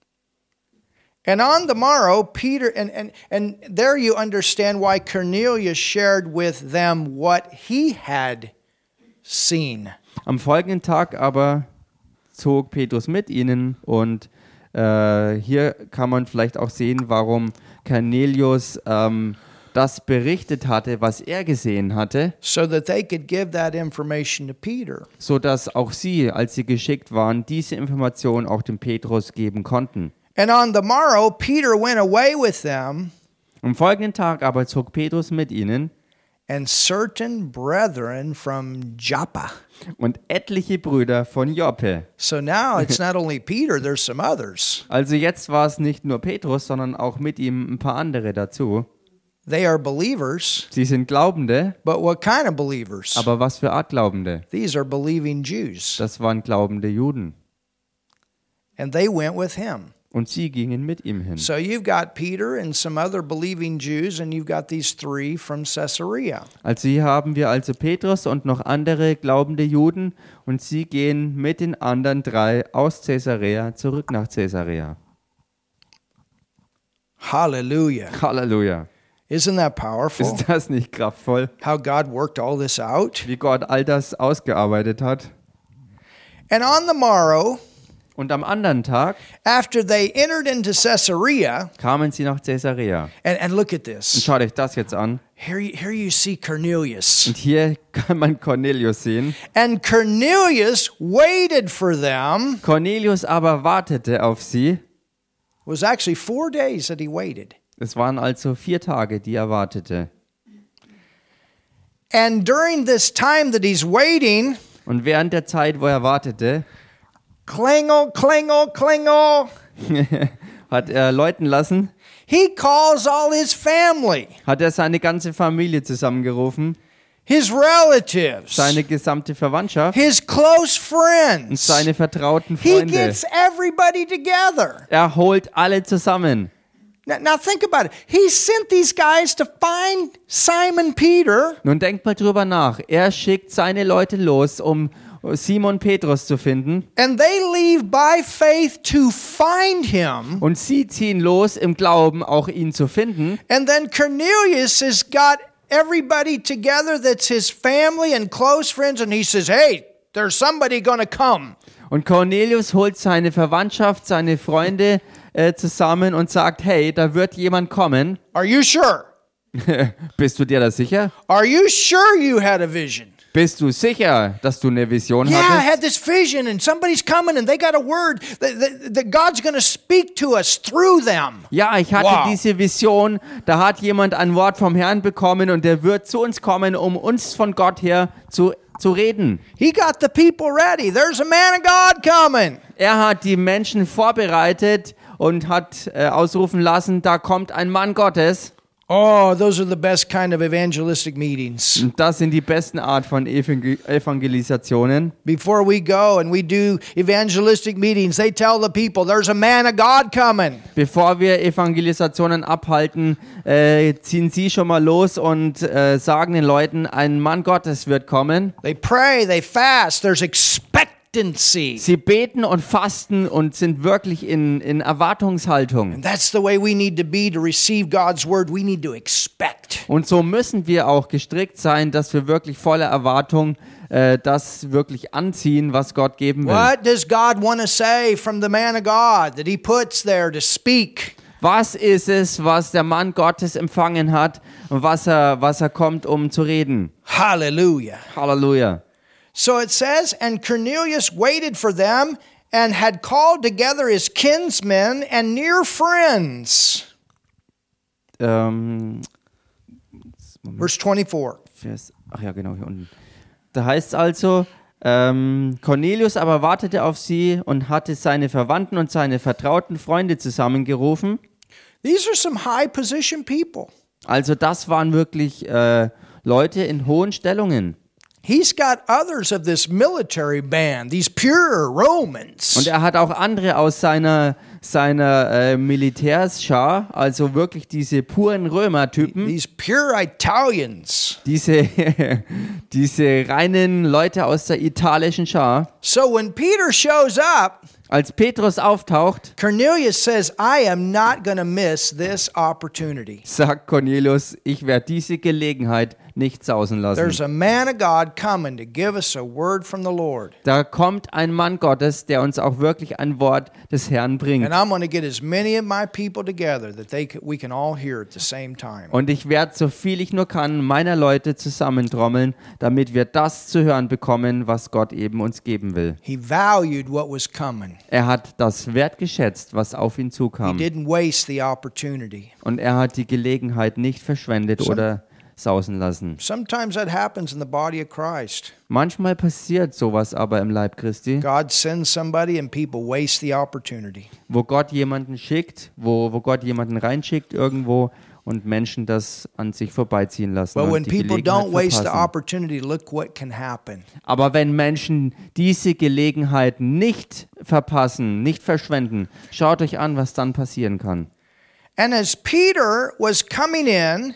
And on the morrow, Peter, and there you understand why Cornelius shared with them what he had seen. Am folgenden Tag aber zog Petrus mit ihnen und hier kann man vielleicht auch sehen, warum Cornelius das berichtet hatte, was er gesehen hatte, so that they could give that information to Peter. so dass auch sie, als sie geschickt waren, diese Information auch dem Petrus geben konnten. And on the morrow, Peter went away with them, Am folgenden Tag aber zog Petrus mit ihnen and certain brethren from Joppa. und etliche Brüder von Joppe. So now it's not only Peter, there's some others. Also jetzt war es nicht nur Petrus, sondern auch mit ihm ein paar andere dazu. They are believers, Sie sind Glaubende, but what kind of believers? aber was für Art Glaubende? These are believing Jews. Das waren glaubende Juden. And they went with him. Und sie gingen mit ihm hin. So you've got Peter and some other believing Jews, and you've got these three from Caesarea. Also hier haben wir also Petrus und noch andere glaubende Juden und sie gehen mit den anderen 3 aus Caesarea zurück nach Caesarea. Hallelujah. Halleluja. Isn't that powerful? Ist das nicht kraftvoll, How God worked all this out? wie Gott all das ausgearbeitet hat? And on the morrow, Und am anderen Tag after they entered into Caesarea, kamen sie nach Caesarea. and look at Und this. schaut euch das jetzt an. Here you see Cornelius. Und hier kann man Cornelius sehen. And Cornelius waited for them. Cornelius aber wartete auf sie. It was actually 4 days that he waited. Es waren also 4 Tage, die er wartete. And during this time that he's waiting, Und während der Zeit, wo er wartete, klingel, klingel, klingel, hat er läuten lassen, he calls all his family, hat er seine ganze Familie zusammengerufen, his relatives, seine gesamte Verwandtschaft his close und friends. seine vertrauten He Freunde. gets everybody together. Er holt alle zusammen. Now think about it. He sent these guys to find Simon Peter, Nun denkt mal drüber nach. Er schickt seine Leute los, um Simon Petrus zu finden. and they leave by faith to find him. Und sie ziehen los im Glauben, auch ihn zu finden. And then Cornelius has got everybody together that's his family and close friends, and he says, hey, there's somebody going to come. Und Cornelius holt seine Verwandtschaft, seine Freunde zusammen und sagt, hey, da wird jemand kommen. Are you sure? Bist du dir da sicher? Are you sure you had a vision? Bist du sicher, dass du eine Vision Yeah, I hattest? had this vision, and somebody's coming, and they got a word that God's going to speak to us through them. Ja, ich hatte Wow. diese Vision, da hat jemand ein Wort vom Herrn bekommen und der wird zu uns kommen, um uns von Gott her zu reden. He got the people ready. There's a man of God coming. Er hat die Menschen vorbereitet und hat ausrufen lassen, da kommt ein Mann Gottes. Oh, those are the best kind of evangelistic meetings. Und das sind die besten Art von Evangelisationen. Before we go and we do evangelistic meetings, they tell the people, there's a man of God coming. Bevor wir Evangelisationen abhalten, ziehen sie schon mal los und sagen den Leuten, ein Mann Gottes wird kommen. They pray, they fast, there's expectancy. Sie beten und fasten und sind wirklich in Erwartungshaltung. And that's the way we need to be to receive God's word. We need to expect. Und so müssen wir auch gestrickt sein, dass wir wirklich voller Erwartung das wirklich anziehen, was Gott geben will. What does God want to say from the man of God that he puts there to speak? Was ist es, was der Mann Gottes empfangen hat und was er kommt, um zu reden? Hallelujah. Halleluja. So it says, and Cornelius waited for them and had called together his kinsmen and near friends. Verse 24. Ach ja, genau, hier unten. Da heißt es also, Cornelius aber wartete auf sie und hatte seine Verwandten und seine vertrauten Freunde zusammengerufen. These are some high position people. Also das waren wirklich Leute in hohen Stellungen. He's got others of this military band, these pure Romans. Und er hat auch andere aus seiner Militärsschar, also wirklich diese puren Römertypen, These pure Italians. diese reinen Leute aus der italischen Schar. So when Peter shows up, Als Petrus auftaucht, Cornelius says, I am not going to miss this opportunity. sagt Cornelius, ich werde diese Gelegenheit nicht sausen There's lassen. a man of God coming to give us a word from the Lord. Da kommt ein Mann Gottes, der uns auch wirklich ein Wort des Herrn And bringt. And I'm going to get as many of my people together that we can all hear at the same time. Und ich werde, so viel ich nur kann, meiner Leute zusammentrommeln, damit wir das zu hören bekommen, was Gott eben uns geben will. He valued what was coming. Er hat das wertgeschätzt, was auf ihn He zukam. didn't waste the opportunity. Und er hat die Gelegenheit nicht verschwendet oder sausen lassen. Sometimes that happens in the body of Christ. Manchmal passiert sowas aber im Leib Christi, God sends somebody and people waste the opportunity. wo Gott jemanden schickt, wo Gott jemanden reinschickt irgendwo und Menschen das an sich vorbeiziehen lassen But when und die people Gelegenheit don't waste the verpassen. opportunity, look what can happen. Aber wenn Menschen diese Gelegenheit nicht verpassen, nicht verschwenden, schaut euch an, was dann passieren kann. And as Peter was coming in,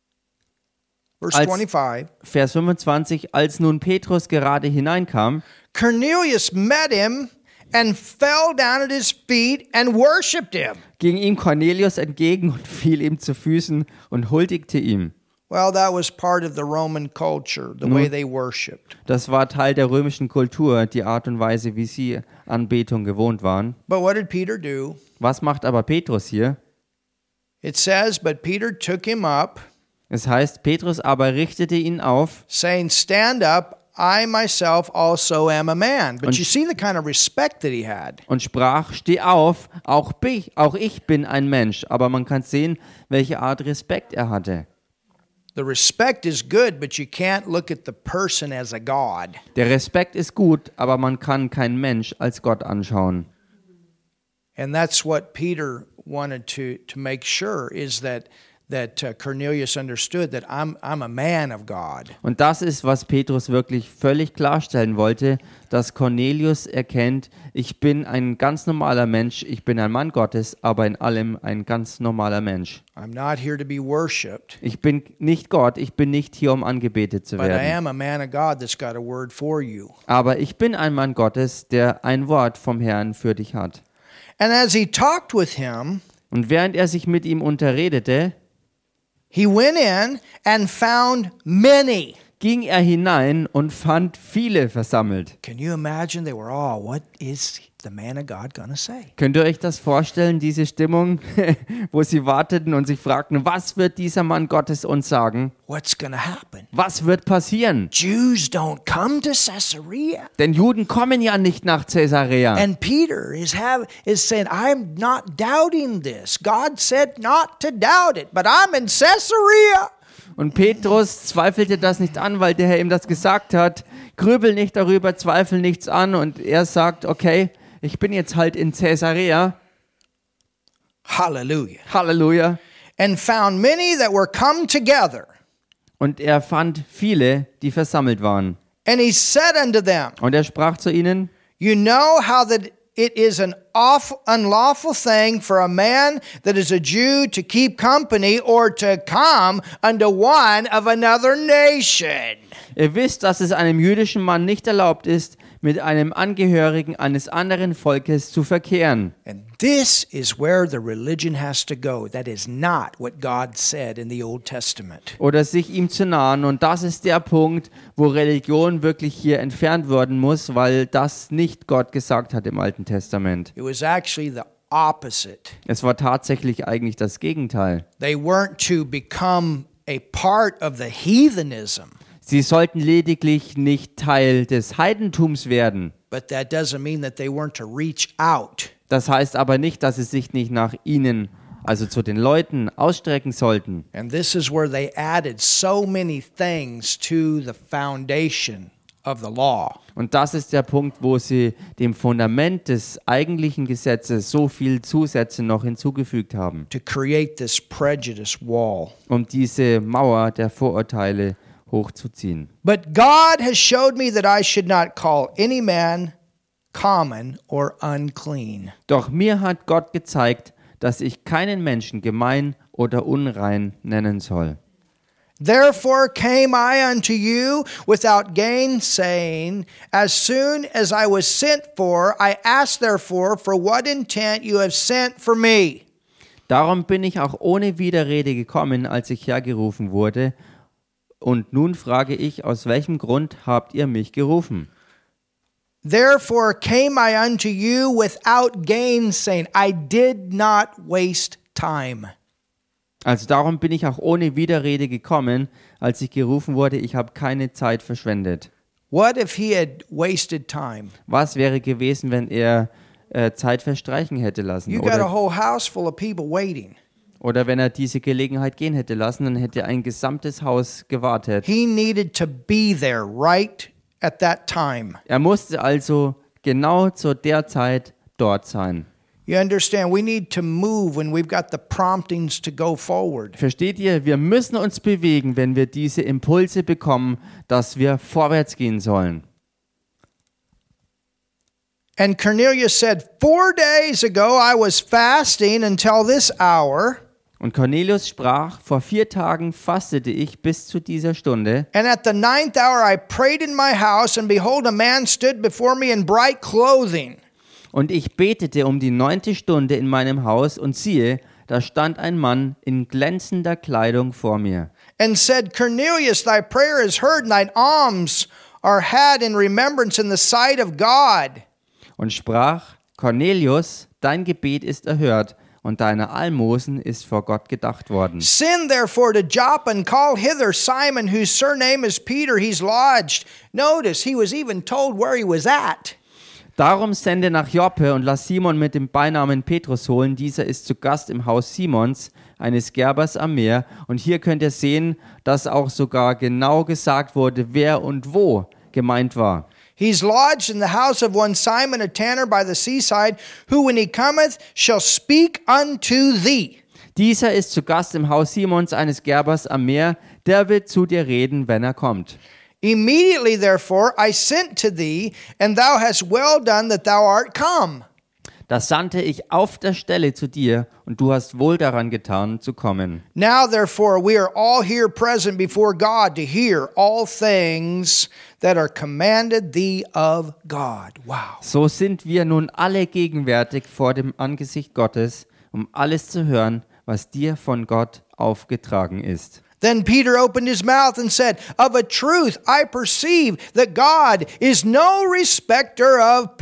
verse Als- 25, Vers 25, als nun Petrus gerade hineinkam, Cornelius met him and fell down at his feet and worshipped him. ging ihm Cornelius entgegen und fiel ihm zu Füßen und huldigte ihm. Well, that was part of the Roman culture, the way they worshipped. Das war Teil der römischen Kultur, die Art und Weise, wie sie Anbetung gewohnt waren. But what did Peter do? Was macht aber Petrus hier? It says, but Peter took him up, Es heißt, Petrus aber richtete ihn auf saying, stand up, I myself also am a man. But Und- you see the kind of respect that he had. und sprach, steh auf, auch ich bin ein Mensch. Aber man kann sehen, welche Art Respekt er hatte. The respect is good, but you can't look at the person as a god. Der Respekt ist gut, aber man kann keinen Mensch als Gott anschauen. And that's what Peter wanted to make sure is that Cornelius understood that I'm a man of God. Und das ist, was Petrus wirklich völlig klarstellen wollte, dass Cornelius erkennt, ich bin ein ganz normaler Mensch, ich bin ein Mann Gottes, aber in allem ein ganz normaler Mensch. I'm not here to be worshipped, Ich bin nicht Gott, ich bin nicht hier, um angebetet zu but I werden. am a man of God that's got a word for you. Aber ich bin ein Mann Gottes, der ein Wort vom Herrn für dich hat. And as he talked with him, Und während er sich mit ihm unterredete, he went in and found many. ging er hinein und fand viele versammelt. Can you imagine? They were all, what is the man of God going to say? Könnt ihr euch das vorstellen, diese Stimmung, wo sie warteten und sich fragten, was wird dieser Mann Gottes uns sagen? What's going to happen? Was wird passieren? Jews don't come to Caesarea. Denn Juden kommen ja nicht nach Caesarea. And Peter is saying, I'm not doubting this. God said not to doubt it, but I'm in Caesarea. Und Petrus zweifelte das nicht an, weil der Herr ihm das gesagt hat. Grübel nicht darüber, zweifel nichts an. Und er sagt, okay, ich bin jetzt halt in Caesarea. Hallelujah. Halleluja. And found many that were come together. Und er fand viele, die versammelt waren. And he said unto them, Und er sprach zu ihnen, you know how that it is an unlawful thing for a man that is a Jew to keep company or to come unto one of another nation. ihr wisst, dass es einem jüdischen Mann nicht erlaubt ist, mit einem Angehörigen eines anderen Volkes zu verkehren. And this is where the religion has to go. That is not what God said in the Old Testament. Oder sich ihm zu nahen. Und das ist der Punkt, wo Religion wirklich hier entfernt werden muss, weil das nicht Gott gesagt hat im Alten Testament. It was actually the opposite. Es war tatsächlich eigentlich das Gegenteil. They weren't to become a part of the heathenism, Sie sollten lediglich nicht Teil des Heidentums werden. but that doesn't mean that they weren't to reach out. Das heißt aber nicht, dass sie sich nicht nach ihnen, also zu den Leuten, ausstrecken sollten. And this is where they added so many things to the foundation of the law. Und das ist der Punkt, wo sie dem Fundament des eigentlichen Gesetzes so viel Zusätze noch hinzugefügt haben, To create this prejudice wall. um diese Mauer der Vorurteile hochzuziehen. But God has showed me that I should not call any man common or unclean. Doch mir hat Gott gezeigt, dass ich keinen Menschen gemein oder unrein nennen soll. Therefore came I unto you without gainsaying. As soon as I was sent for, I asked therefore for what intent you have sent for me. Darum bin ich auch ohne Widerrede gekommen, als ich hergerufen wurde. Und nun frage ich, aus welchem Grund habt ihr mich gerufen? Therefore came I unto you without gainsaying. I did not waste time. Also darum bin ich auch ohne Widerrede gekommen, als ich gerufen wurde, ich habe keine Zeit verschwendet. What if he had wasted time? Was wäre gewesen, wenn er Zeit verstreichen hätte lassen? You got a whole house full of people waiting. Oder wenn er diese Gelegenheit gehen hätte lassen, dann hätte ein gesamtes Haus gewartet. He needed to be there right at that time. Er musste also genau zu der Zeit dort sein. You understand? We need to move when we've got the promptings to go forward. Versteht ihr? Wir müssen uns bewegen, wenn wir diese Impulse bekommen, dass wir vorwärts gehen sollen. And Cornelius said, 4 days ago I was fasting until this hour. Und Cornelius sprach, vor 4 Tagen fastete ich bis zu dieser Stunde. And at the 9th hour I prayed in my house, and behold, a man stood before me in bright clothing. Und ich betete um die 9. Stunde in meinem Haus, und siehe, da stand ein Mann in glänzender Kleidung vor mir. And said, Cornelius, thy prayer is heard, and thine alms are had in remembrance in the sight of God. Und sprach, Cornelius, dein Gebet ist erhört, und deine Almosen ist vor Gott gedacht worden. Send therefore to Joppa and call hither Simon, whose surname is Peter. He's lodged. Notice, he was even told where he was at. Darum sende nach Joppe und lass Simon mit dem Beinamen Petrus holen. Dieser ist zu Gast im Haus Simons, eines Gerbers am Meer. Und hier könnt ihr sehen, dass auch sogar genau gesagt wurde, wer und wo gemeint war. He's lodged in the house of one Simon, a tanner by the seaside, who when he cometh shall speak unto thee. Dieser ist zu Gast im Haus Simons, eines Gerbers am Meer. Der wird zu dir reden, wenn er kommt. Immediately therefore I sent to thee, and thou hast well done that thou art come. Da sandte ich auf der Stelle zu dir, und du hast wohl daran getan, zu kommen. Now therefore we are all here present before God to hear all things that are commanded thee of God. Wow. So sind wir nun alle gegenwärtig vor dem Angesicht Gottes, um alles zu hören, was dir von Gott aufgetragen ist. Then Peter opened his mouth and said, Of a truth I perceive that God is no respecter of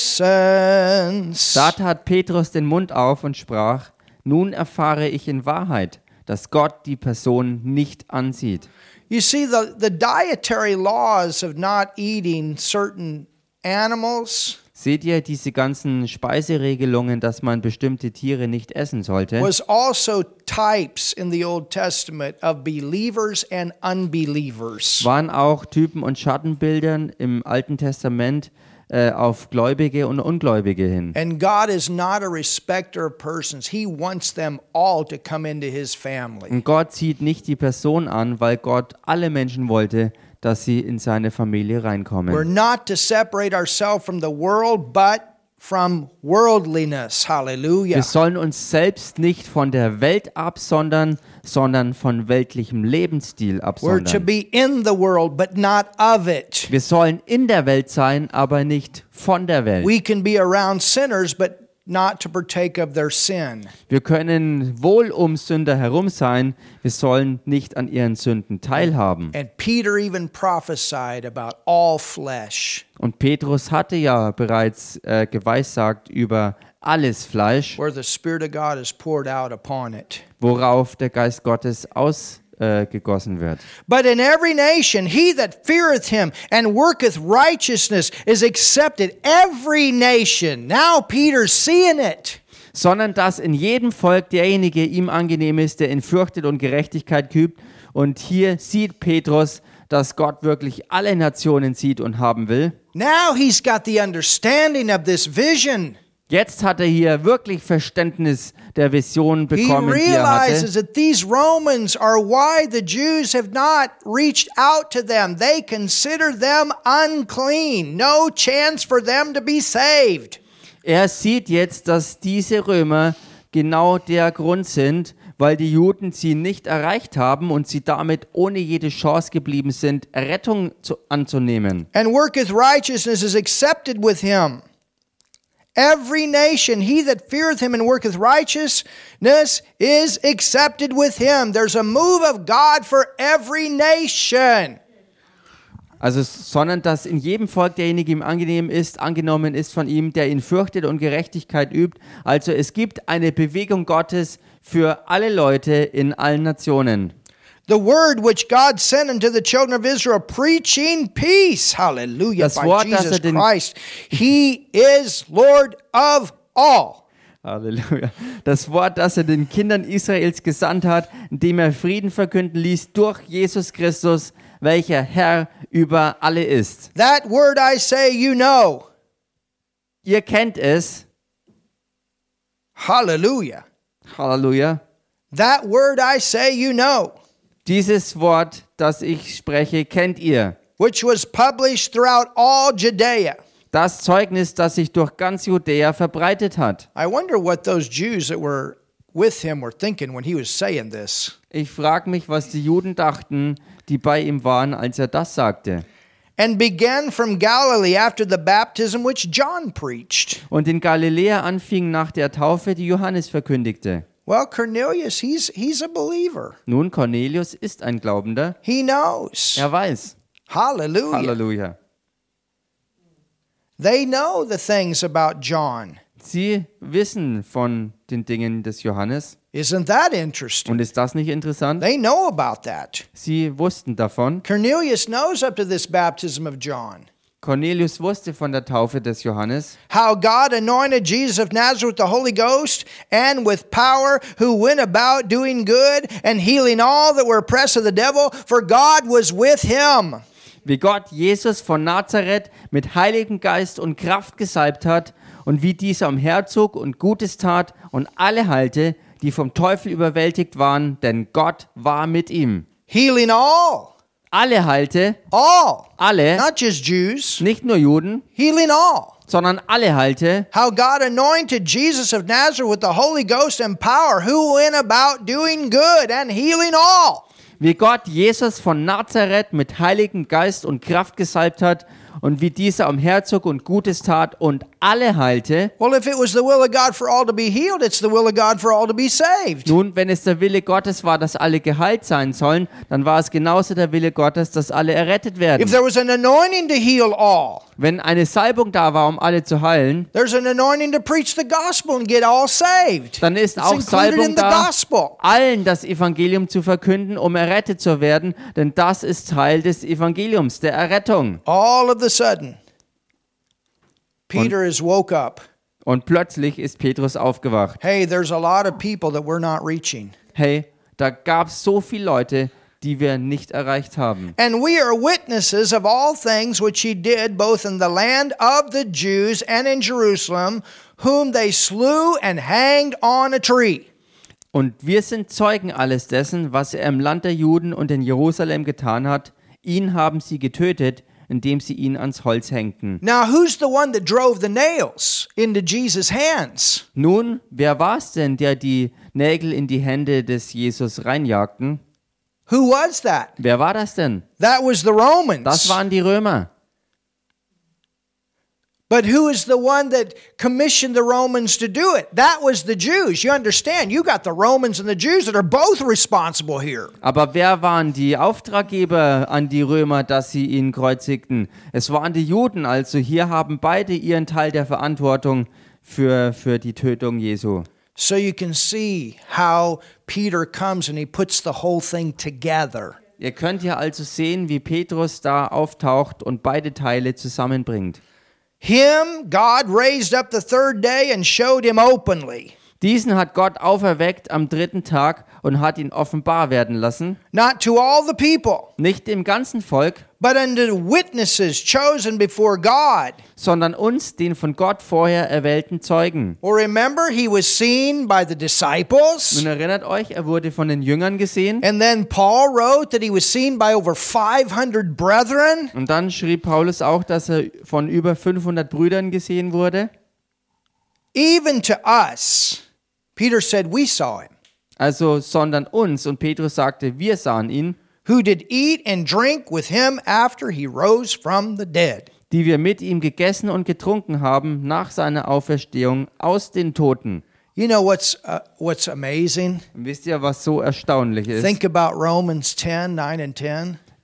persons. Da tat Petrus den Mund auf und sprach, nun erfahre ich in Wahrheit, dass Gott die Person nicht ansieht. You see, the dietary laws of not eating certain animals Seht ihr diese ganzen Speiseregelungen, dass man bestimmte Tiere nicht essen sollte? was also types in the Old Testament of believers and unbelievers. Waren auch Typen und Schattenbildern im Alten Testament auf Gläubige und Ungläubige hin. And God is not a respecter of persons. He wants them all to come into his family. Und Gott sieht nicht die Person an, weil Gott alle Menschen wollte, dass sie in seine Familie We're reinkommen. not to separate ourselves from the world, but from worldliness. Hallelujah. Wir sollen uns selbst nicht von der Welt absondern, sondern von weltlichem Lebensstil We're to absondern. be in the world, but not of it. Wir sollen in der Welt sein, aber nicht von der Welt. We can be around sinners, but not to partake of their sin. Wir können wohl um Sünder herum sein, wir sollen nicht an ihren Sünden teilhaben. And Peter even prophesied about all flesh, Und Petrus hatte ja bereits geweissagt über alles Fleisch, where the Spirit of God is poured out upon it. worauf der Geist Gottes ausgegossen wird. But in every nation, he that feareth him and worketh righteousness is accepted. Every nation. Now Peter's seeing it. Sondern dass in jedem Volk derjenige ihm angenehm ist, der ihn fürchtet und Gerechtigkeit übt. Und hier sieht Petrus, dass Gott wirklich alle Nationen sieht und haben will. Now he's got the understanding of this vision. Jetzt hat er hier wirklich Verständnis der Vision He bekommen, die er realizes hatte. that these Romans are why the Jews have not reached out to them. They consider them unclean. No chance for them to be saved. Er sieht jetzt, dass diese Römer genau der Grund sind, weil die Juden sie nicht erreicht haben und sie damit ohne jede Chance geblieben sind, Errettung anzunehmen. And worketh righteousness is accepted with him. Every nation, he that feareth him and worketh righteousness is accepted with him. There's a move of God for every nation. Also, sondern dass in jedem Volk derjenige ihm angenehm ist, angenommen ist von ihm, der ihn fürchtet und Gerechtigkeit übt. Also es gibt eine Bewegung Gottes für alle Leute in allen Nationen. The word which God sent unto the children of Israel, preaching peace, hallelujah, Das by Wort, das Jesus den- Christ. He is Lord of all. Halleluja. Das Wort, das er den Kindern Israels gesandt hat, indem er Frieden verkünden ließ durch Jesus Christus, welcher Herr über alle ist. That word I say, you know. Ihr kennt es. Hallelujah. Halleluja. That word I say, you know, Dieses Wort, das ich spreche, kennt ihr. which was published throughout all Judea. Das Zeugnis, das sich durch ganz Judäa verbreitet hat. I wonder what those Jews that were with him were thinking when he was saying this. Ich frage mich, was die Juden dachten, die bei ihm waren, als er das sagte. And began from Galilee after the baptism which John preached. Und in Galiläa anfing nach der Taufe, die Johannes verkündigte. Well, Cornelius, he's a believer. Nun, Cornelius ist ein Glaubender. He knows. Er weiß. Hallelujah. Halleluja. They know the things about John. Sie wissen von den Dingen des Johannes. Isn't that interesting? Und ist das nicht interessant? They know about that. Sie wussten davon. Cornelius knows up to this baptism of John Cornelius wusste von der Taufe des Johannes, how God anointed Jesus of Nazareth with the Holy Ghost and with power, who went about doing good and healing all that were oppressed of the devil, for God was with him. wie Gott Jesus von Nazareth mit Heiligem Geist und Kraft gesalbt hat und wie dieser umherzog und Gutes tat und alle heilte, die vom Teufel überwältigt waren, denn Gott war mit ihm. Healing all. Alle heilte, All. alle, Not just Jews. nicht nur Juden, Healing all. sondern alle heilte, How God anointed Jesus of Nazareth with the Holy Ghost and power, who went about doing good and healing all. wie Gott Jesus von Nazareth mit Heiligem Geist und Kraft gesalbt hat und wie dieser umherzog und Gutes tat und alle heilte. Well, if it was the will of God for all to be healed, it's the will of God for all to be saved. Nun, wenn es der Wille Gottes war, dass alle geheilt sein sollen, dann war es genauso der Wille Gottes, dass alle errettet If werden. there was an anointing to heal all, Wenn eine Salbung da war, um alle zu heilen, there's an anointing to preach the gospel and get all saved. dann ist It's auch included Salbung in the da, gospel. allen das Evangelium zu verkünden, um errettet zu werden, denn das ist Teil des Evangeliums, der Errettung. All of a sudden, Peter is woke up. Und plötzlich ist Petrus aufgewacht. Hey, there's a lot of people that we're not reaching. Hey, da gab es so viele Leute, die wir nicht erreicht haben. And we are witnesses of all things which he did, both in the land of the Jews and in Jerusalem, whom they slew and hanged on a tree. Und wir sind Zeugen alles dessen, was er im Land der Juden und in Jerusalem getan hat. Ihn haben sie getötet, indem sie ihn ans Holz hängten. Now, who's the one that drove the nails into Jesus' hands? Nun, wer war es denn, der die Nägel in die Hände des Jesus reinjagten? Who was that? Wer war das denn? That was the Romans. Das waren die Römer. But who is the one that commissioned the Romans to do it? That was the Jews. You understand? You got the Romans and the Jews that are both responsible here. Aber wer waren die Auftraggeber an die Römer, dass sie ihn kreuzigten? Es waren die Juden, also hier haben beide ihren Teil der Verantwortung für die Tötung Jesu. So you can see how Peter comes and he puts the whole thing together. Ihr könnt ja also sehen, wie Petrus da auftaucht und beide Teile zusammenbringt. Him God raised up the third day and showed him openly. Diesen hat Gott auferweckt am 3. Tag und hat ihn offenbar werden lassen. Not to all the people, Nicht dem ganzen Volk, but unto witnesses chosen before God. sondern uns, den von Gott vorher erwählten Zeugen. Well, remember, he was seen by the disciples. Nun erinnert euch, er wurde von den Jüngern gesehen. And then Paul wrote that he was seen by over 500 brethren. Und dann schrieb Paulus auch, dass er von über 500 Brüdern gesehen wurde. Even to us, Peter said, we saw him. Also, sondern uns. Und Petrus sagte, wir sahen ihn, Who did eat and drink with him after he rose from the dead. die wir mit ihm gegessen und getrunken haben nach seiner Auferstehung aus den Toten. You know what's amazing? Und wisst ihr, was so erstaunlich ist? Think about Romans 10, 9 and 10.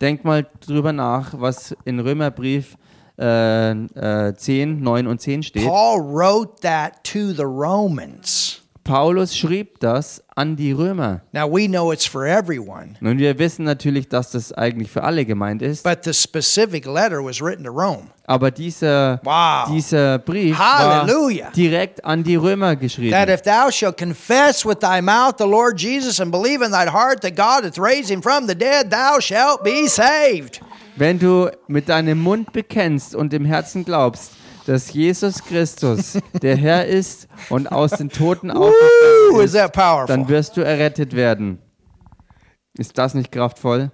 Denk mal drüber nach, was in Römerbrief 10, 9 und 10 steht. Paul wrote that to the Romans. Paulus schrieb das an die Römer. Now we know it's for everyone, Nun, wir wissen natürlich, dass das eigentlich für alle gemeint ist. but the specific letter was written to Rome. Aber dieser Brief Halleluja. war direkt an die Römer geschrieben. That if thou shalt confess with thy mouth the Lord Jesus and believe in thine heart that God hath raised him from the dead, thou shalt be saved. Wenn du mit deinem Mund bekennst und im Herzen glaubst, dass Jesus Christus der Herr ist und aus den Toten Woo, auferstanden is ist, that powerful? dann wirst du errettet werden. Ist das nicht kraftvoll?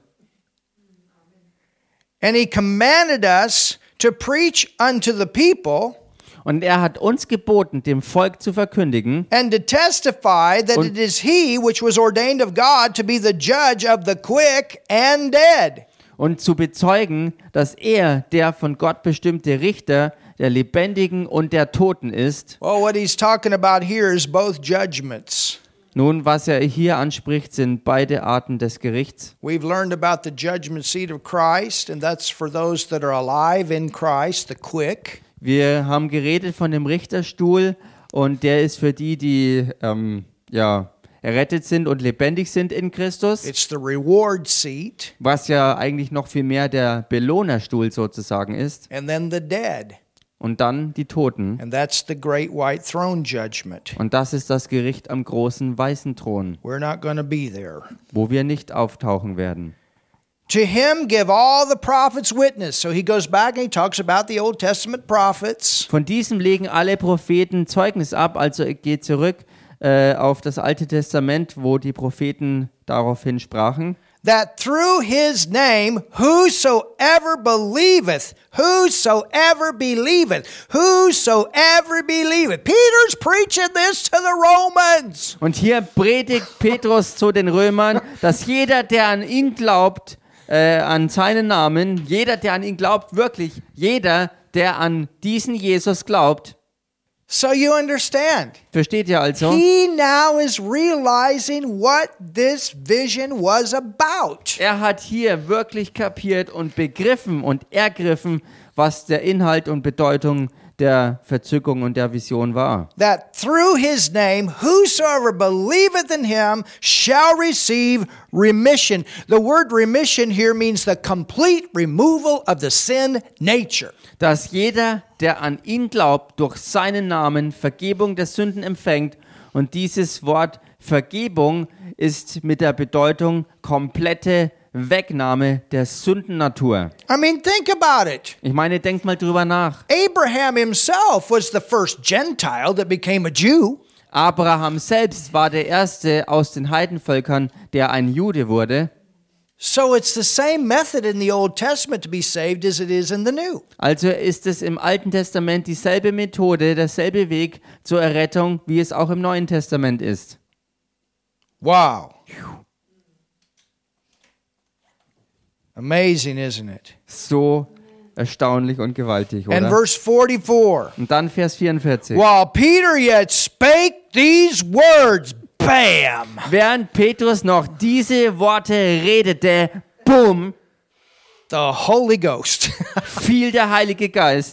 And he commanded us to preach unto the people Und er hat uns geboten, dem Volk zu verkündigen and to testify that it is he which was ordained of God to be the judge of the quick and dead. und zu bezeugen, dass er der von Gott bestimmte Richter der Lebendigen und der Toten ist. Well, what he's talking about here is both judgments. Nun, was er hier anspricht, sind beide Arten des Gerichts. We've learned about the judgment seat of Christ, and that's for those that are alive in Christ, the quick. Wir haben geredet von dem Richterstuhl und der ist für die, die errettet sind und lebendig sind in Christus, It's the reward seat, was ja eigentlich noch viel mehr der Belohnerstuhl sozusagen ist. and then the dead, Und dann die Toten. and that's the great white throne judgment. Und das ist das Gericht am großen weißen Thron, We're not going to be there. wo wir nicht auftauchen werden. To him give all the prophets witness. So he goes back and he talks about the Old Testament prophets. Von diesem legen alle Propheten Zeugnis ab, also er geht zurück auf das Alte Testament, wo die Propheten daraufhin sprachen, That through his name, whosoever believeth, Peter's preaching this to the Romans. und hier predigt Petrus zu den Römern, dass jeder, der an ihn glaubt, an seinen Namen, jeder, der an ihn glaubt, wirklich jeder, der an diesen Jesus glaubt, So you understand. versteht ihr also? He now is realizing what this vision was about. Er hat hier wirklich kapiert und begriffen und ergriffen, was der Inhalt und Bedeutung der Verzückung und der Vision war. That through his name, whosoever believeth in him shall receive remission. The word remission here means the complete removal of the sin nature. Dass jeder, der an ihn glaubt, durch seinen Namen Vergebung der Sünden empfängt. Und dieses Wort Vergebung ist mit der Bedeutung komplette Wegnahme der Sündennatur. I mean, think about it. Ich meine, denkt mal drüber nach. Abraham himself was the first Gentile that became a Jew. Abraham selbst war der erste aus den Heidenvölkern, der ein Jude wurde. So it's the same method in the Old Testament to be saved as it is in the New. Also ist es im Alten Testament dieselbe Methode, derselbe Weg zur Errettung, wie es auch im Neuen Testament ist. Wow. Amazing, isn't it? So erstaunlich und gewaltig, And oder? verse 44. Und dann Vers 44. While Peter yet spake these words, bam! Während Petrus noch diese Worte redete, bumm, The Holy Ghost fiel der Heilige Geist,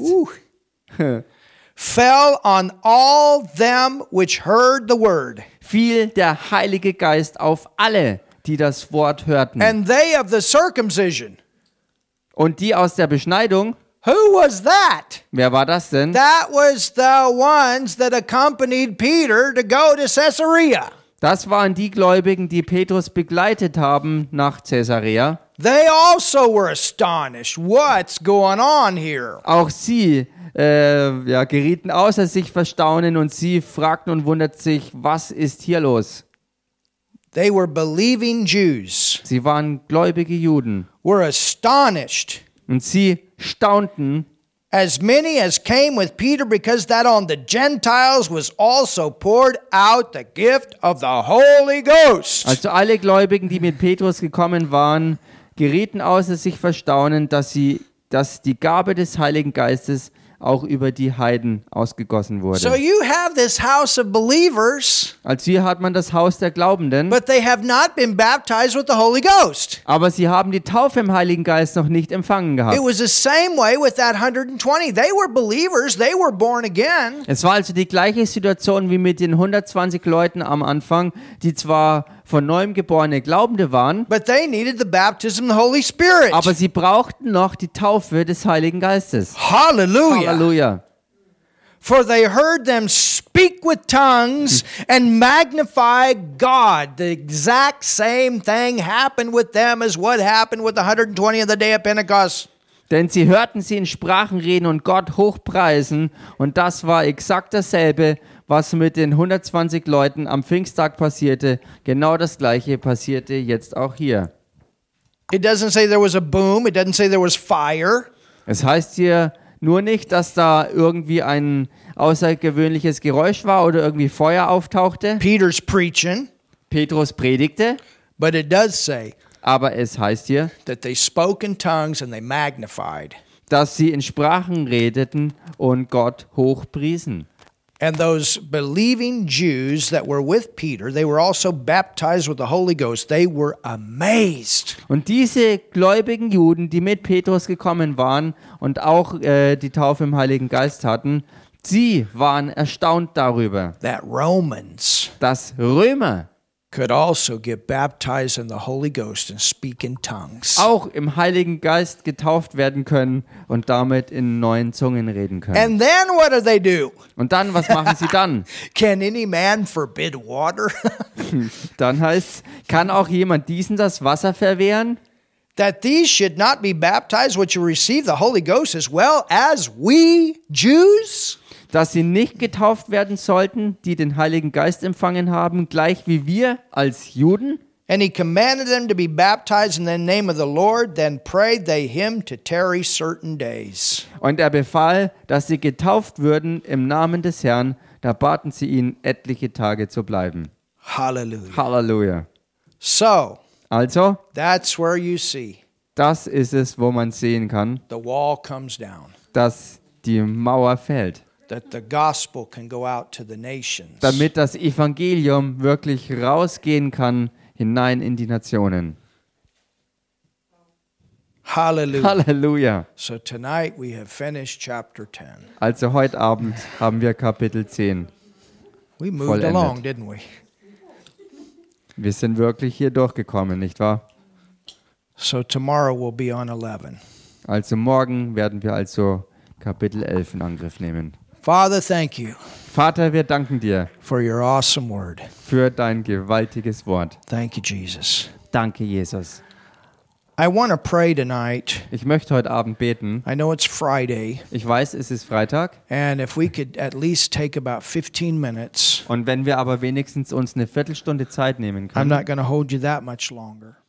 fell on all them which heard the word. fiel der Heilige Geist auf alle, die das Wort hörten. And they of the circumcision. Und die aus der Beschneidung, Who was that? wer war das denn? That was the ones that accompanied Peter to go to Caesarea. Das waren die Gläubigen, die Petrus begleitet haben nach Caesarea. They also were astonished. What's going on here? Auch sie gerieten außer sich vor Staunen und sie fragten und wunderten sich, was ist hier los? They were believing Jews, Sie waren gläubige Juden were astonished, und sie staunten, as many as came with Peter, because that on the Gentiles was also poured out the gift of the Holy Ghost. also alle Gläubigen, die mit Petrus gekommen waren, gerieten außer sich vor Staunen, dass die Gabe des Heiligen Geistes auch über die Heiden ausgegossen So wurde. you have this house of believers, Also hier hat man das Haus der Glaubenden, but they have not been baptized with the Holy Ghost. aber sie haben die Taufe im Heiligen Geist noch nicht empfangen It gehabt. was the same way with that 120. They were believers, they were born again, Es war also die gleiche Situation wie mit den 120 Leuten am Anfang, die zwar von neuem geborene Glaubende waren, but they needed the baptism of the Holy Spirit. aber sie brauchten noch die Taufe des Heiligen Geistes. Hallelujah. Halleluja. For they heard them speak with tongues and magnify God. The exact same thing happened with them as what happened with the 120 on the day of Pentecost. Denn sie hörten sie in Sprachen reden und Gott hochpreisen, und das war exakt dasselbe, was mit den 120 Leuten am Pfingsttag passierte. Genau das gleiche passierte jetzt auch hier. It doesn't say there was a boom. It doesn't say there was fire. Es heißt hier nur nicht, dass da irgendwie ein außergewöhnliches Geräusch war oder irgendwie Feuer auftauchte. Peter's preaching, Petrus predigte, but it does say aber es heißt hier, that they spoke in tongues and they magnified. dass sie in Sprachen redeten und Gott hochpriesen. And those believing Jews that were with Peter, they were also baptized with the Holy Ghost. They were amazed. Und diese gläubigen Juden, die mit Petrus gekommen waren und auch die Taufe im Heiligen Geist hatten, sie waren erstaunt darüber, That Romans dass Römer could also get baptized in the Holy Ghost and speak in tongues. auch im Heiligen Geist getauft werden können und damit in neuen Zungen reden können. And then what do? Und dann, was machen sie dann? Can any man forbid water? Dann heißt, kann auch jemand diesen das Wasser verwehren? That these should not be baptized which receive the Holy Ghost as well as we Jews? Dass sie nicht getauft werden sollten, die den Heiligen Geist empfangen haben, gleich wie wir als Juden? And he commanded them to be baptized in the name of the Lord, then prayed they him to tarry certain days. Und er befahl, dass sie getauft würden im Namen des Herrn. Da baten sie ihn, etliche Tage zu bleiben. Hallelujah. Halleluja. So, Also, that's where you see das ist es, wo man sehen kann, the wall comes down, dass die Mauer fällt. that the gospel can go out to the nations. Damit das Evangelium wirklich rausgehen kann hinein in die Nationen. Hallelujah. Halleluja. So tonight we have finished chapter 10. Also heute Abend haben wir Kapitel 10. We moved Vollendet. along, didn't we? Wir sind wirklich hier durchgekommen, nicht wahr? So tomorrow we'll be on 11. Also morgen werden wir also Kapitel 11 in Angriff nehmen. Father, thank you Vater, wir danken dir for your awesome word. für dein gewaltiges Wort. Thank you, Jesus. Danke, Jesus. I want to pray tonight. Ich möchte heute Abend beten. I know it's Friday, Ich weiß, es ist Freitag. and if we could at least take about 15 minutes, Und wenn wir aber wenigstens uns eine Viertelstunde Zeit nehmen I'm können, not going to hold you that much longer.